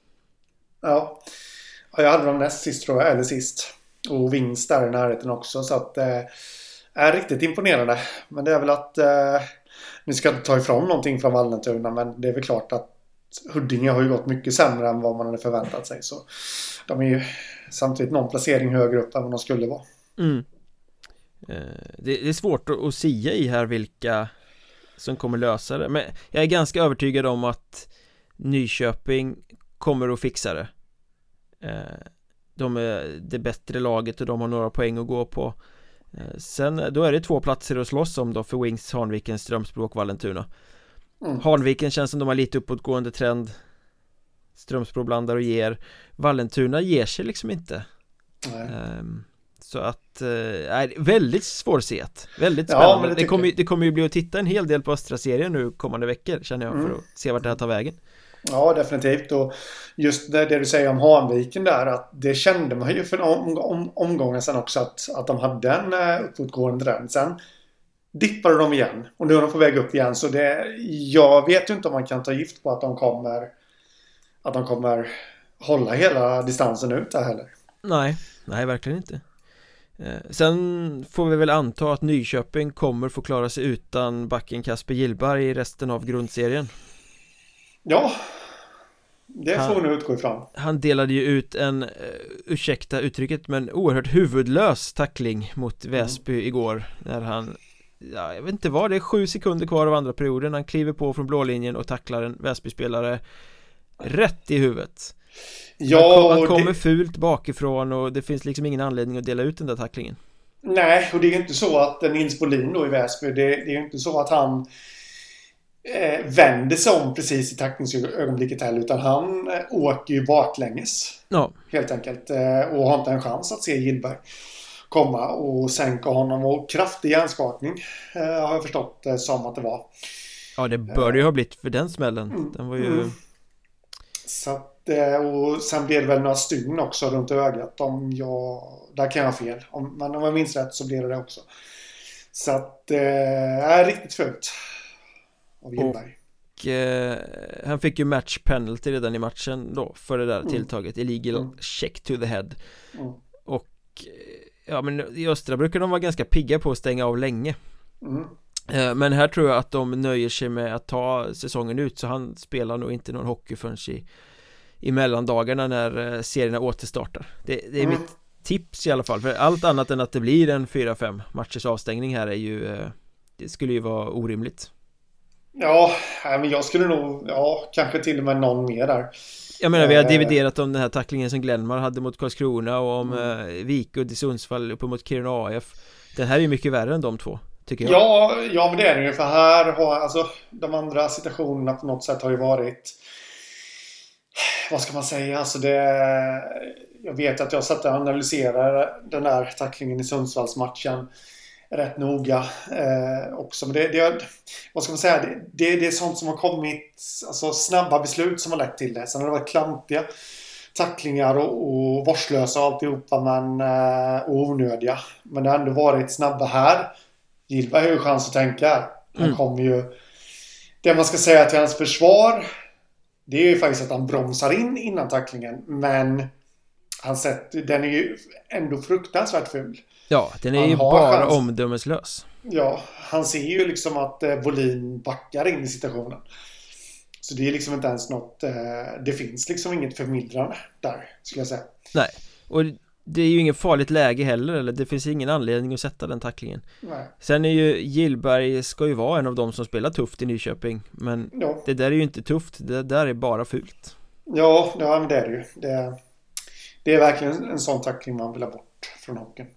S2: Ja, ja jag hade dem näst sist tror jag, eller sist. Och Wings där i närheten också. Så att eh, är riktigt imponerande. Men det är väl att eh, ni ska inte ta ifrån någonting från Vallentuna. Men det är väl klart att Huddinge har ju gått mycket sämre än vad man hade förväntat sig. Så de är ju samtidigt någon placering högre upp än vad de skulle vara.
S1: Mm. Eh, det, det är svårt att, att sia i här vilka som kommer lösa det. Men jag är ganska övertygad om att Nyköping kommer att fixa det. Eh, De är det bättre laget och de har några poäng att gå på. Sen då är det två platser att slåss om då för Wings, Hanviken, Strömsbro och Vallentuna. Mm. Hanviken känns som de har lite uppåtgående trend. Strömsbro blandar och ger. Vallentuna ger sig liksom inte. Um, så att är uh, väldigt svårset. Väldigt spännande. Ja, det, det, kommer, det kommer ju bli att titta en hel del på östra serien nu kommande veckor känner jag mm. för att se vart det här tar vägen.
S2: Ja, definitivt. Och just det, det du säger om Hanviken där, att det kände man ju för en om, om, omgången sen också att, att de hade en uh, uppåtgående trend. Sen dippade de igen och nu är de på väg upp igen. Så det, jag vet ju inte om man kan ta gift på att de kommer att de kommer hålla hela distansen ut där heller.
S1: Nej, nej verkligen inte. Eh, sen får vi väl anta att Nyköping kommer få klara sig utan backen Kasper Gillberg i resten av grundserien.
S2: Ja, det får nu utgå ifrån.
S1: Han delade ju ut en, uh, ursäkta uttrycket, men oerhört huvudlös tackling mot Väsby mm. igår. När han, ja, jag vet inte vad, det är sju sekunder kvar av andra perioden. Han kliver på från blålinjen och tacklar en Väsby-spelare rätt i huvudet. Ja, han, kom, han kommer det... fult bakifrån och det finns liksom ingen anledning att dela ut den där tacklingen.
S2: Nej, och det är ju inte så att Nils Bolin då i Väsby, det, det är ju inte så att han Eh, vänder sig om precis i tackningsögonblicket heller, utan han eh, åker ju baklänges
S1: ja.
S2: helt enkelt eh, och har inte en chans att se Gillberg komma och sänka honom, och kraftig hjärnskakning eh, har jag förstått eh, som att det var.
S1: Ja, det bör det ju ha blivit för den smällen. Mm, den var ju...
S2: mm. Så att, eh, och sen blev det väl några stygn också runt ögat, om jag, där kan jag ha fel, om, men om jag minns rätt så blev det det också. Så att det eh, är riktigt fult.
S1: Och Och eh, han fick ju match penalty redan i matchen då för det där mm. tilltaget, illegal mm. check to the head. Mm. Och ja, men i Östra brukar de vara ganska pigga på att stänga av länge. Mm. eh, Men här tror jag att de nöjer sig med att ta säsongen ut, så han spelar nog inte någon hockey förrän i, i mellandagarna när eh, serierna återstartar. Det, det är mm. mitt tips i alla fall, för allt annat än att det blir en fyra fem matchers avstängning här är ju eh, det skulle ju vara orimligt.
S2: Ja, men jag skulle nog, ja, kanske till och med någon mer där.
S1: Jag menar, vi har dividerat om den här tacklingen som Glenmar hade mot Karlskrona och om mm. eh, Vikud i Sundsvall uppe mot Kiruna A F. Den här är ju mycket värre än de två, tycker jag.
S2: Ja, ja men det är det ju, för här har, alltså, de andra situationerna på något sätt har ju varit, vad ska man säga, alltså det, jag vet att jag satt och analyserade den där tacklingen i Sundsvallsmatchen rätt noga eh, också, men det, det, vad ska man säga, det, det, det är sånt som har kommit, alltså snabba beslut som har lett till det. Sen har det varit klantiga tacklingar och, och vårdslösa och alltihopa, men eh, och onödiga, men det har ändå varit snabba här. Gilva har ju chans att tänka, han mm. kommer ju, det man ska säga till hans försvar, det är ju faktiskt att han bromsar in innan tacklingen, men han sett, den är ju ändå fruktansvärt ful.
S1: Ja, den är han ju bara chans. Omdömeslös.
S2: Ja, han ser ju liksom att eh, Bolin backar in i situationen. Så det är liksom inte ens något, eh, det finns liksom inget förmildrande där, skulle jag säga.
S1: Nej, och det är ju inget farligt läge heller, eller det finns ingen anledning att sätta den tacklingen. Nej. Sen är ju Gillberg, ska ju vara en av dem som spelar tufft i Nyköping, men ja. Det där är ju inte tufft, det där är bara fult.
S2: Ja, ja men det är det ju. Det, det är verkligen en sån tackling man vill ha bort från hockeyn.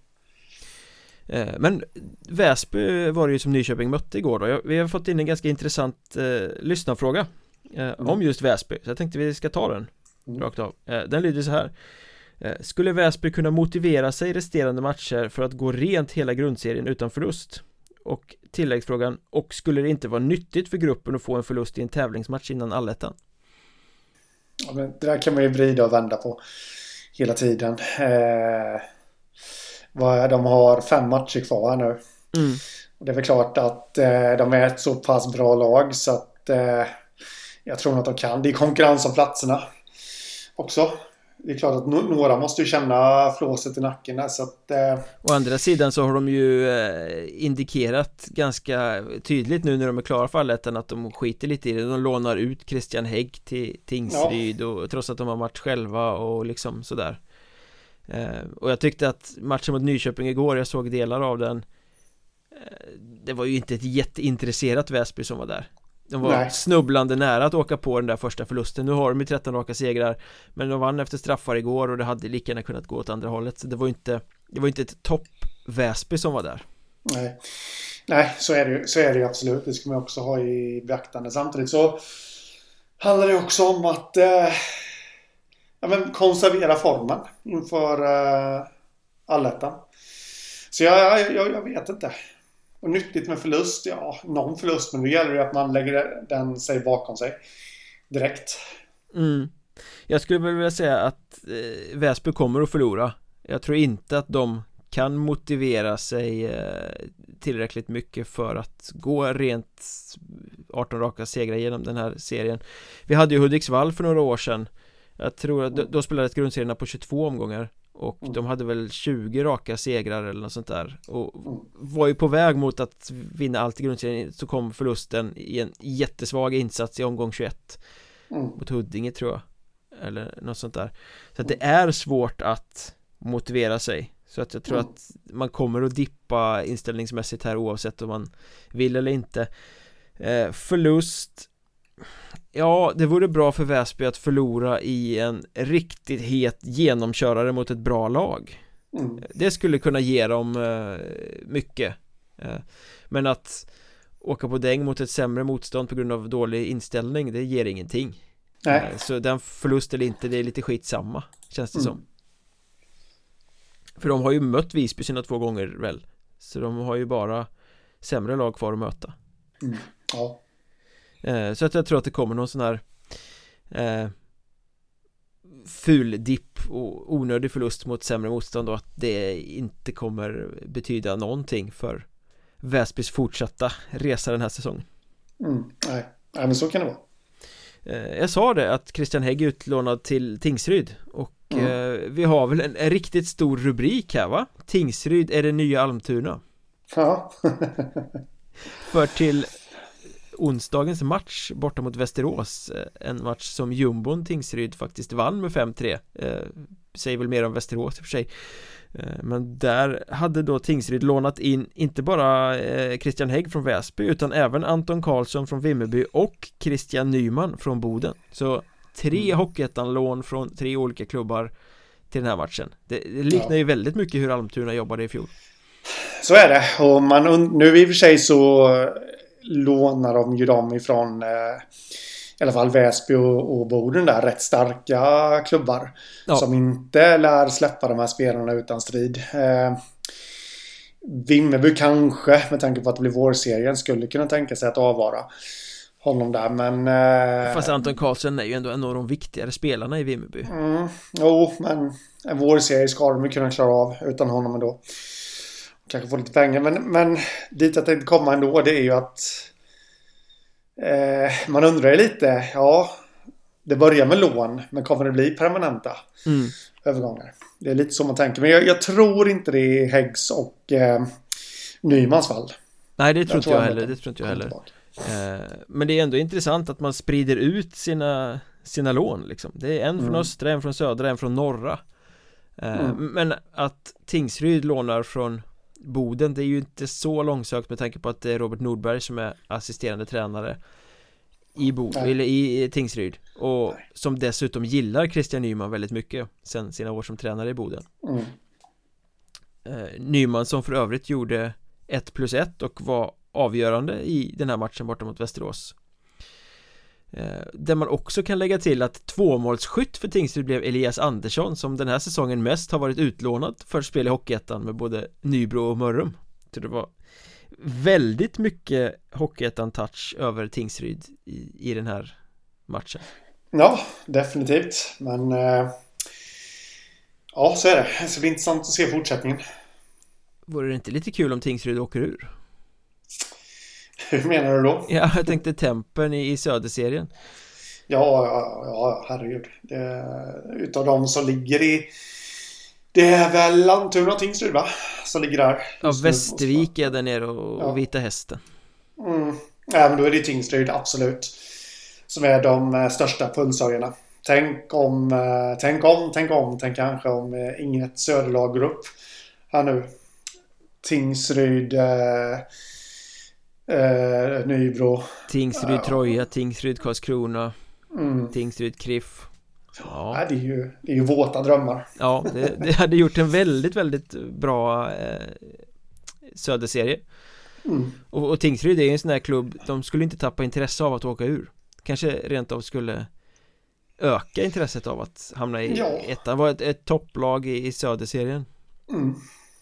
S1: Men Väsby var det ju som Nyköping mötte igår då. Vi har fått in en ganska intressant eh, lyssnarfråga eh, mm. om just Väsby, så jag tänkte vi ska ta den mm. rakt av. eh, Den lyder så här: eh, skulle Väsby kunna motivera sig resterande matcher för att gå rent hela grundserien utan förlust? Och tilläggsfrågan: och skulle det inte vara nyttigt för gruppen att få en förlust i en tävlingsmatch innan allettan?
S2: Ja, men det där kan man ju vrida och vända på hela tiden. eh... De har fem matcher kvar nu. Mm. Och det är väl klart att eh, de är ett så pass bra lag, så att eh, jag tror att de kan. Det är konkurrens om platserna också. Det är klart att no- några måste ju känna flåset i nacken här, så att, eh...
S1: Å andra sidan så har de ju eh, indikerat ganska tydligt nu när de är klara för allettan att de skiter lite i det. De lånar ut Christian Hägg till Tingsryd, ja. Och trots att de har match själva och liksom sådär. Uh, och jag tyckte att matchen mot Nyköping igår, jag såg delar av den, uh, det var ju inte ett jätteintresserat Väsby som var där. De var Nej. snubblande nära att åka på den där första förlusten. Nu har de ju tretton raka segrar, men de vann efter straffar igår och det hade lika gärna kunnat gå åt andra hållet. Så det var inte, det var inte ett topp Väsby som var där.
S2: Nej, Nej så är det ju, så är det ju absolut. Det ska man också ha i beaktande. Samtidigt så handlar det också om att uh... ja, men konservera formen inför uh, allettan. Så jag, jag, jag vet inte. Och nyttigt med förlust, ja, någon förlust, men då gäller det att man lägger den sig bakom sig direkt.
S1: Mm. Jag skulle väl vilja säga att eh, Väsby kommer att förlora. Jag tror inte att de kan motivera sig eh, tillräckligt mycket för att gå rent arton raka segrar genom den här serien. Vi hade ju Hudiksvall för några år sedan. Jag tror att då spelades grundserierna på tjugotvå omgångar och mm. de hade väl tjugo raka segrar eller något sånt där och var ju på väg mot att vinna allt i grundserien. Så kom förlusten i en jättesvag insats i omgång tjugoett mm. mot Huddinge, tror jag, eller något sånt där. Så att det är svårt att motivera sig. Så att jag tror mm. att man kommer att dippa inställningsmässigt här oavsett om man vill eller inte. eh, Förlust, ja, det vore bra för Väsby att förlora i en riktigt het genomkörare mot ett bra lag. Mm. Det skulle kunna ge dem eh, mycket. Eh, men att åka på däng mot ett sämre motstånd på grund av dålig inställning, det ger ingenting. Nej. Eh, så den förlust eller inte, det är lite skitsamma, känns det mm. som. För de har ju mött Visby sina två gånger väl. Så de har ju bara sämre lag kvar att möta.
S2: Mm. Ja.
S1: Eh, så att jag tror att det kommer någon sån här eh, ful dipp och onödig förlust mot sämre motstånd och att det inte kommer betyda någonting för Väsbys fortsatta resa den här säsongen.
S2: Mm, nej, Ja, men så kan det vara.
S1: Jag sa det att Christian Hägg är utlånad till Tingsryd. Och mm. eh, vi har väl en, en riktigt stor rubrik här, va? Tingsryd är det nya Almtuna.
S2: Ja.
S1: För till onsdagens match borta mot Västerås, en match som jumbon Tingsryd faktiskt vann med fem tre, eh, säger väl mer om Västerås i och för sig, eh, men där hade då Tingsryd lånat in inte bara eh, Christian Hägg från Väsby utan även Anton Karlsson från Vimmerby och Christian Nyman från Boden. Så tre mm. Hockeyettan-lån från tre olika klubbar till den här matchen. Det, det liknar ja. ju väldigt mycket hur Almtuna jobbade i fjol. Så
S2: är det, och man, nu i och för sig så lånar de ju dem ifrån eh, i alla fall Väsby och, och Boden där, rätt starka klubbar ja. som inte lär släppa de här spelarna utan strid. Eh, Vimmerby kanske, med tanke på att det blir vårserien, skulle kunna tänka sig att avvara honom där, men eh,
S1: fast Anton Karlsson är ju ändå en av de viktigare spelarna i Vimmerby.
S2: Mm, jo, men en vårserie ska de kunna klara av utan honom ändå. Kanske få lite pengar, men, men dit jag tänkte komma ändå, det är ju att eh, man undrar lite, ja, det börjar med lån, men kommer det bli permanenta mm. övergångar? Det är lite så man tänker, men jag, jag tror inte det är Häggs och eh, Nymans fall.
S1: Nej, det tror inte jag, jag heller, det tror inte jag heller. Eh, men det är ändå intressant att man sprider ut sina, sina lån liksom. Det är en från mm. östra, en från södra, en från norra. Eh, mm. Men att Tingsryd lånar från Boden, det är ju inte så långsökt med tanke på att det är Robert Nordberg som är assisterande tränare i Boden, eller i, i Tingsryd, och Nej. som dessutom gillar Christian Nyman väldigt mycket sen sina år som tränare i Boden. Mm. eh, Nyman som för övrigt gjorde ett plus ett och var avgörande i den här matchen borta mot Västerås. Eh, där man också kan lägga till att tvåmålsskytt för Tingsryd blev Elias Andersson, som den här säsongen mest har varit utlånad för spel i Hockeyettan med både Nybro och Mörrum. Så det var väldigt mycket Hockeyettan-touch över Tingsryd i, i den här matchen.
S2: Ja, definitivt. Men eh, ja, så är det. Det ska bli intressant att se fortsättningen.
S1: Vore det inte lite kul om Tingsryd åker ur?
S2: Hur menar du då?
S1: Ja, jag tänkte tempen i, i söderserien.
S2: Ja, ja, ja, herregud. Det, utav dem som ligger i... Det är väl Almtuna och Tingsryd, va? Som ligger där.
S1: Ja, Västervik är där nere och, ja. och Vita Hästen.
S2: Mm. Ja, men då är det Tingsryd, absolut. Som är de största pulshöjarna. Tänk om, tänk om, tänk om, tänk kanske om inget söderlag går upp här nu. Tingsryd... Eh, Uh, Nybro,
S1: Tingsryd uh, Troja, Tingsryd Karlskrona, mm. Tingsryd Kriff.
S2: Ja, ja det, är ju, det är ju våta drömmar.
S1: Ja, det, det hade gjort en väldigt, väldigt bra eh, söderserie. Mm. Och, och Tingsryd är ju en sån här klubb, de skulle inte tappa intresse av att åka ur. Kanske rent av skulle öka intresset av att hamna i ja. ettan. Var ett, ett topplag i, i söderserien.
S2: Mm.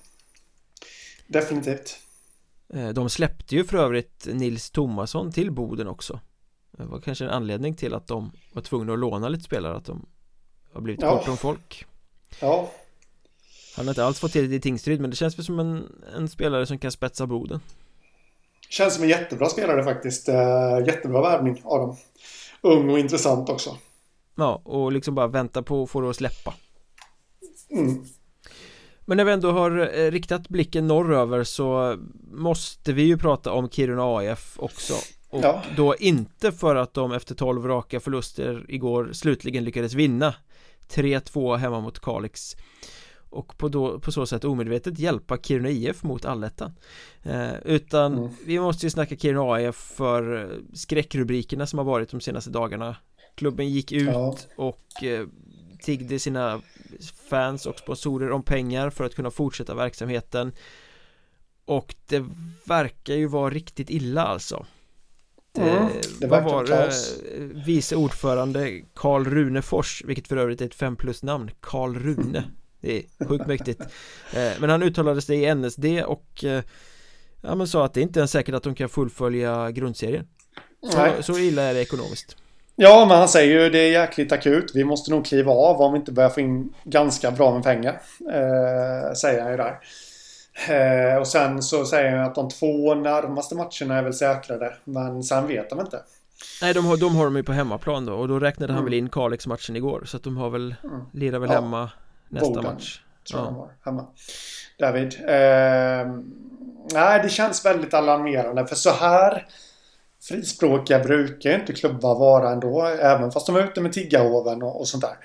S2: Definitivt.
S1: De släppte ju för övrigt Nils Tomasson till Boden också. Det var kanske en anledning till att de var tvungna att låna lite spelare, att de har blivit ja. kort om folk.
S2: Ja.
S1: Han har inte alls fått till det i Tingsryd, men det känns väl som en, en spelare som kan spetsa Boden.
S2: Känns som en jättebra spelare faktiskt. Jättebra värvning av dem. Ung och intressant också.
S1: Ja, och liksom bara vänta på att få det att släppa.
S2: Mm.
S1: Men när vi ändå har riktat blicken norröver så måste vi ju prata om Kiruna A F också. Och ja. då inte för att de efter tolv raka förluster igår slutligen lyckades vinna tre två hemma mot Kalix. Och på, då, på så sätt omedvetet hjälpa Kiruna I F mot allettan. Eh, utan mm. vi måste ju snacka Kiruna A F för skräckrubrikerna som har varit de senaste dagarna. Klubben gick ut ja. och... Eh, tiggde sina fans och sponsorer om pengar för att kunna fortsätta verksamheten, och det verkar ju vara riktigt illa alltså. Det, mm, det vad var det, vice ordförande Karl Runefors, vilket för övrigt är ett fem plus namn, Karl Rune, det är sjukt mäktigt, men han uttalade sig i N S D och ja, men sa att det inte är säkert att de kan fullfölja grundserien. Så, så illa är det ekonomiskt.
S2: Ja, men han säger ju det är jäkligt akut. Vi måste nog kliva av om vi inte börjar få in ganska bra med pengar. Eh, säger han ju där. Eh, och sen så säger han att de två närmaste matcherna är väl säkrade. Men sen vet de inte.
S1: Nej, de har, de har de ju på hemmaplan då. Och då räknade han
S2: Mm.
S1: väl in Kalix-matchen igår. Så att de har väl,
S2: Mm.
S1: lirar väl
S2: Ja.
S1: hemma nästa
S2: Boden,
S1: match.
S2: tror jag
S1: Ja.
S2: de har hemma. David. Eh, nej, det känns väldigt alarmerande. För så här frispråkiga brukar inte klubbar vara ändå. Även fast de är ute med tiggarhoven och, och sånt där.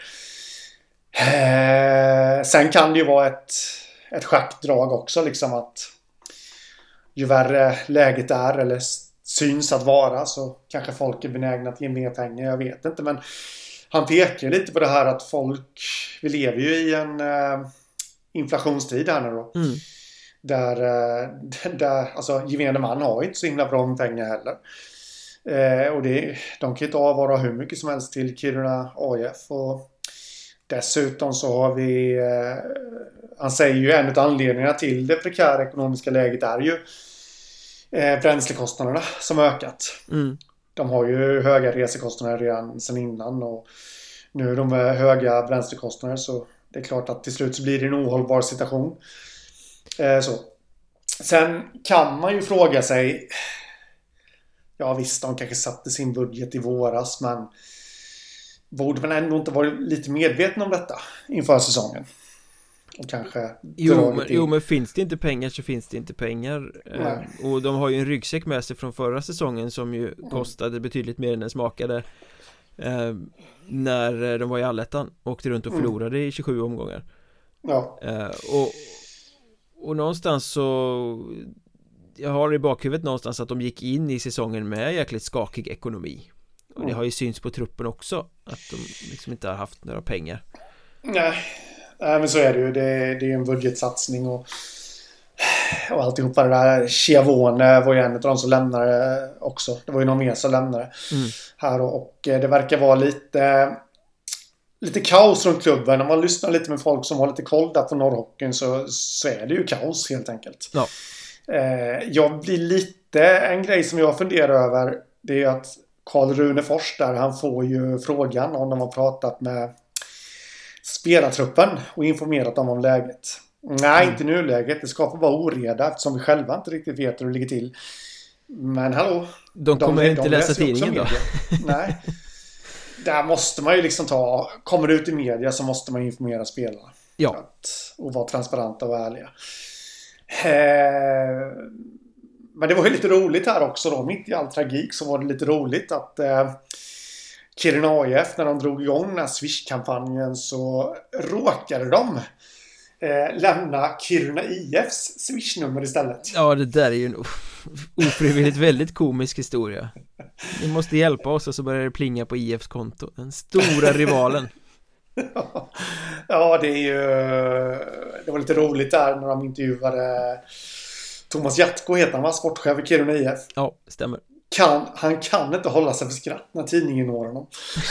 S2: Eh, sen kan det ju vara ett, ett schackdrag också. Liksom att ju värre läget är eller syns att vara så kanske folk är benägna att ge mer pengar. Jag vet inte, men han pekar lite på det här att folk, vi lever ju i en eh, inflationstid här nu då.
S1: Mm.
S2: Där, eh, där alltså gemene man har ju inte så himla bra med pengar heller. Eh, och det, de kan inte avvara hur mycket som helst till Kiruna A I F. Och dessutom så har vi, eh, han säger ju en av anledningarna till det prekära ekonomiska läget är ju eh, bränslekostnaderna som ökat.
S1: Mm.
S2: De har ju höga resekostnader redan sedan innan och nu är de med höga bränslekostnader så det är klart att till slut så blir det en ohållbar situation. Eh, så. Sen kan man ju fråga sig, ja visst, de kanske satte sin budget i våras, men borde man ändå inte vara lite medveten om detta inför säsongen? Och kanske
S1: Jo men, jo men finns det inte pengar så finns det inte pengar. eh, Och de har ju en ryggsäck med sig från förra säsongen som ju
S2: Mm.
S1: kostade betydligt mer än den smakade eh, när de var i Allettan. Åkte runt och förlorade i tjugosju omgångar.
S2: Ja.
S1: eh, och, och någonstans så jag har i bakhuvudet någonstans att de gick in i säsongen med jäkligt skakig ekonomi. Och det har ju synts på truppen också att de liksom inte har haft några pengar.
S2: Nej, Nej men så är det ju. Det, det är ju en budgetsatsning och, och alltihopa det där. Chiavone var ju en av de som lämnade också. Det var ju någon mer som lämnade
S1: Mm.
S2: här och, och det verkar vara lite lite kaos runt klubben. Om man lyssnar lite med folk som har lite koll där på norrhockeyn så, så är det ju kaos helt enkelt.
S1: Ja.
S2: Eh, jag blir lite, en grej som jag funderar över det är att Karl Rune Fors där, han får ju frågan om de har pratat med spelartruppen och informerat dem om läget. Nej,
S1: Mm.
S2: inte nuläget. Det skapar bara oreda eftersom vi själva inte riktigt vet hur det ligger till. Men hallå.
S1: De kommer
S2: de,
S1: inte
S2: de
S1: läsa
S2: läser ju också
S1: tidningen då.
S2: media. Nej. Där måste man ju liksom ta, kommer det ut i media så måste man informera spelarna.
S1: Ja.
S2: Att, och vara transparenta och ärliga. Eh, men det var ju lite roligt här också då. Mitt i all tragik så var det lite roligt att eh, Kiruna A I F, när de drog igång den här Swish-kampanjen så råkade de eh, lämna Kiruna I Fs Swish-nummer istället.
S1: Ja, det där är ju en ofrivilligt väldigt komisk historia. Ni måste hjälpa oss och så börjar det plinga på I Fs konto. Den stora rivalen.
S2: Ja, det är ju det var lite roligt där när de intervjuade Thomas Jatko heter han va? Sportchef i Kiruna I F.
S1: Ja, stämmer.
S2: Kan, han kan inte hålla sig för skratt när tidningen når honom.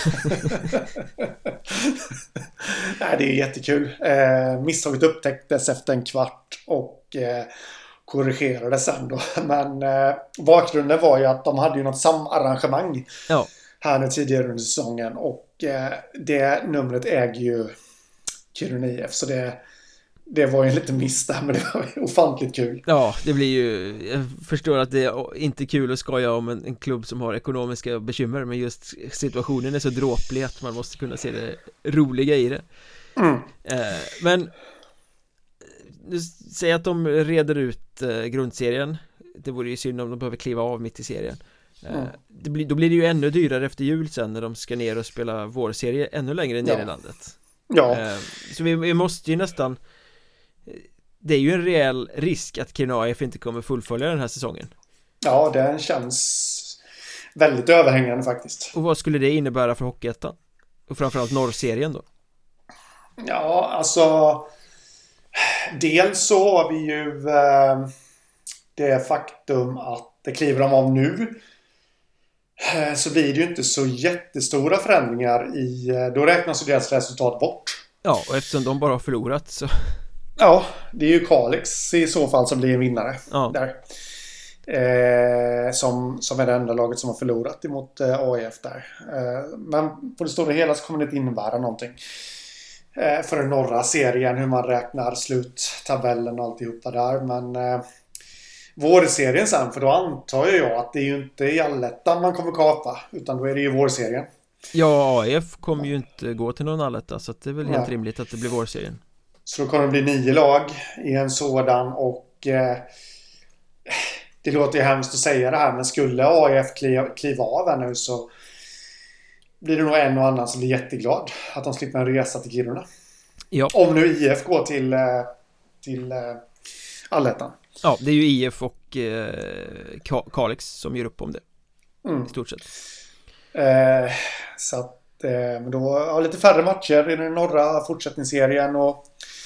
S2: Nej, det är jättekul. Eh, misstaget upptäcktes efter en kvart och eh, korrigerades sen då. Men eh, bakgrunden var ju att de hade ju något samarrangemang
S1: Ja.
S2: här nu tidigare under säsongen och eh, det numret äger ju Kiruna I F så det Det var ju en liten miss där, men det var ofantligt kul.
S1: Ja, det blir ju, jag förstår att det är inte kul att skoja om en, en klubb som har ekonomiska bekymmer, men just situationen är så dråplig att man måste kunna se det roliga i det.
S2: Mm.
S1: eh, Men du säger att de reder ut eh, grundserien. Det vore ju synd om de behöver kliva av mitt i serien. eh,
S2: Mm.
S1: det blir, Då blir det ju ännu dyrare efter jul sen när de ska ner och spela vårserie ännu längre ner
S2: Ja.
S1: i landet.
S2: Ja,
S1: eh, Så vi, vi måste ju nästan, det är ju en rejäl risk att Kiruna A I F inte kommer fullfölja den här säsongen.
S2: ja, den känns väldigt överhängande faktiskt.
S1: Och vad skulle det innebära för Hockeyettan? Och framförallt norrserien då?
S2: Ja, alltså dels så har vi ju eh, det faktum att det kliver de av nu eh, så blir det ju inte så jättestora förändringar i, eh, då räknas ju deras resultat bort.
S1: Ja, och eftersom de bara har förlorat så...
S2: Ja, det är ju Kalix i så fall som blir en vinnare
S1: Ja.
S2: där. Eh, som, som är det enda laget som har förlorat emot eh, A I F där. Eh, men på det stora hela så kommer det inte innebära någonting. Eh, för den norra serien, hur man räknar sluttabellen och alltihopa där. Men eh, vårserien sen. För då antar jag att det är ju inte i allettan man kommer kapa. Utan då är det ju vårserien.
S1: Ja, A I F kommer ju inte gå till någon alletta, så att det är väl helt
S2: Nej.
S1: rimligt att det blir vårserien.
S2: Så då kommer det bli nio lag i en sådan. Och eh, det låter ju hemskt att säga det här. Men skulle A I F kliva, kliva av här nu så blir det nog en och annan som blir jätteglad att de slipper en resa till Kiruna.
S1: Ja.
S2: Om nu I F går till, till allettan.
S1: Ja, det är ju I F och eh, Kalix som gör upp om det.
S2: Mm.
S1: I stort sett.
S2: Eh, så att eh, men då har lite färre matcher i den norra fortsättningsserien. Och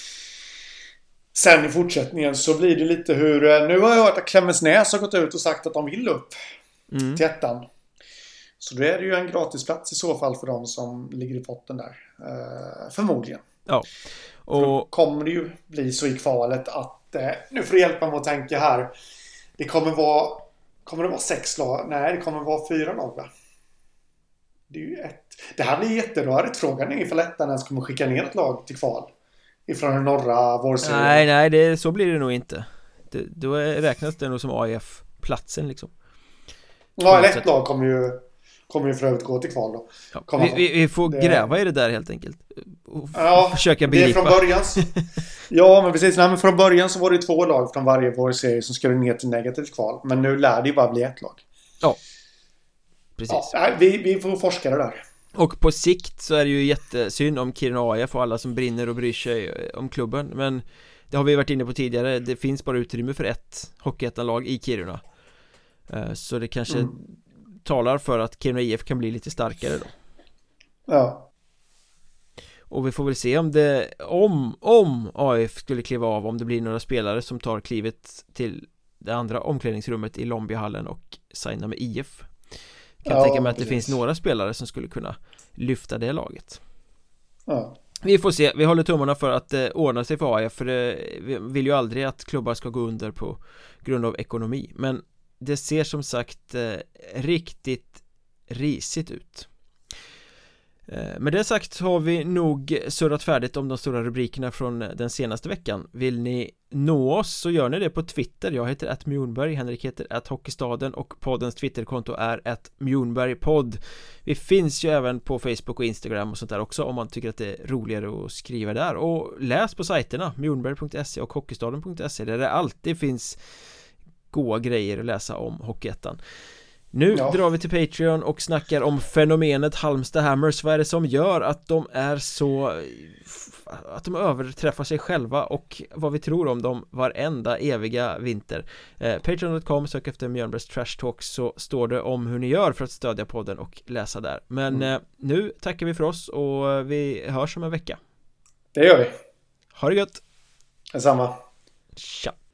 S2: sen i fortsättningen så blir det lite hur... Nu har jag hört att Klemensnäs har gått ut och sagt att de vill upp
S1: mm.
S2: till ettan. Så då är det ju en gratisplats i så fall för de som ligger i potten där. Eh, förmodligen.
S1: Ja. Och
S2: då kommer det ju bli så i kvalet att... Eh, nu får du hjälpa mig att tänka här. Det kommer vara... Kommer det vara sex lag? Nej, det kommer vara fyra lag, va? Det är ju ett... Det här blir jätterörigt. Frågan är ifall ettan ens kommer skicka ner ett lag till kval. Ifrån den norra vårserien.
S1: Nej, nej, det, så blir det nog inte. Det, då räknas det nog som A I F-platsen liksom.
S2: Ja, eller ett lag kommer ju... Kommer ju för övrigt gå till kval då.
S1: Ja, vi, vi, vi får
S2: det...
S1: gräva i det där helt enkelt. Och
S2: ja,
S1: försöka begripa.
S2: Det är från början. Ja, men precis. Nej, men från början så var det två lag från varje vårserie som skulle ner till negativt kval. Men nu lär det ju bara bli ett lag.
S1: Ja, precis.
S2: Ja, vi, vi får forska det där.
S1: Och på sikt så är det ju jättesynd om Kiruna A I F och alla som brinner och bryr sig om klubben. Men det har vi varit inne på tidigare. Det finns bara utrymme för ett hockeyettanlag i Kiruna. Så det kanske... Mm. talar för att Kiruna I F kan bli lite starkare då.
S2: Ja.
S1: Och vi får väl se om det om, om A F skulle kliva av, om det blir några spelare som tar klivet till det andra omklädningsrummet i Lombihallen och signar med I F. Kan ja, tänka mig att det precis. finns några spelare som skulle kunna lyfta det laget.
S2: Ja.
S1: Vi får se, vi håller tummarna för att det ordnar sig för A F, för det, vi vill ju aldrig att klubbar ska gå under på grund av ekonomi. Men det ser som sagt eh, riktigt risigt ut. eh, Med det sagt har vi nog surrat färdigt om de stora rubrikerna från den senaste veckan. Vill ni nå oss så gör ni det på Twitter. Jag heter at Mjornberg, Henrik heter at Hockeystaden och poddens Twitterkonto är at Mjornbergpodd. Vi finns ju även på Facebook och Instagram och sånt där också om man tycker att det är roligare att skriva där. Och läs på sajterna mjornberg punkt se och hockeystaden punkt se där det alltid finns goda grejer att läsa om Hockeyettan. Nu ja. drar vi till Patreon och snackar om fenomenet Halmstad Hammers. Vad är det som gör att de är så att de överträffar sig själva och vad vi tror om dem varenda eviga vinter. eh, Patreon punkt com, sök efter Mjölnbergs Trash Talk så står det om hur ni gör för att stödja podden och läsa där. Men mm. eh, nu tackar vi för oss och vi hörs om en vecka.
S2: Det gör vi.
S1: Ha det gött.
S2: Detsamma.
S1: Tja.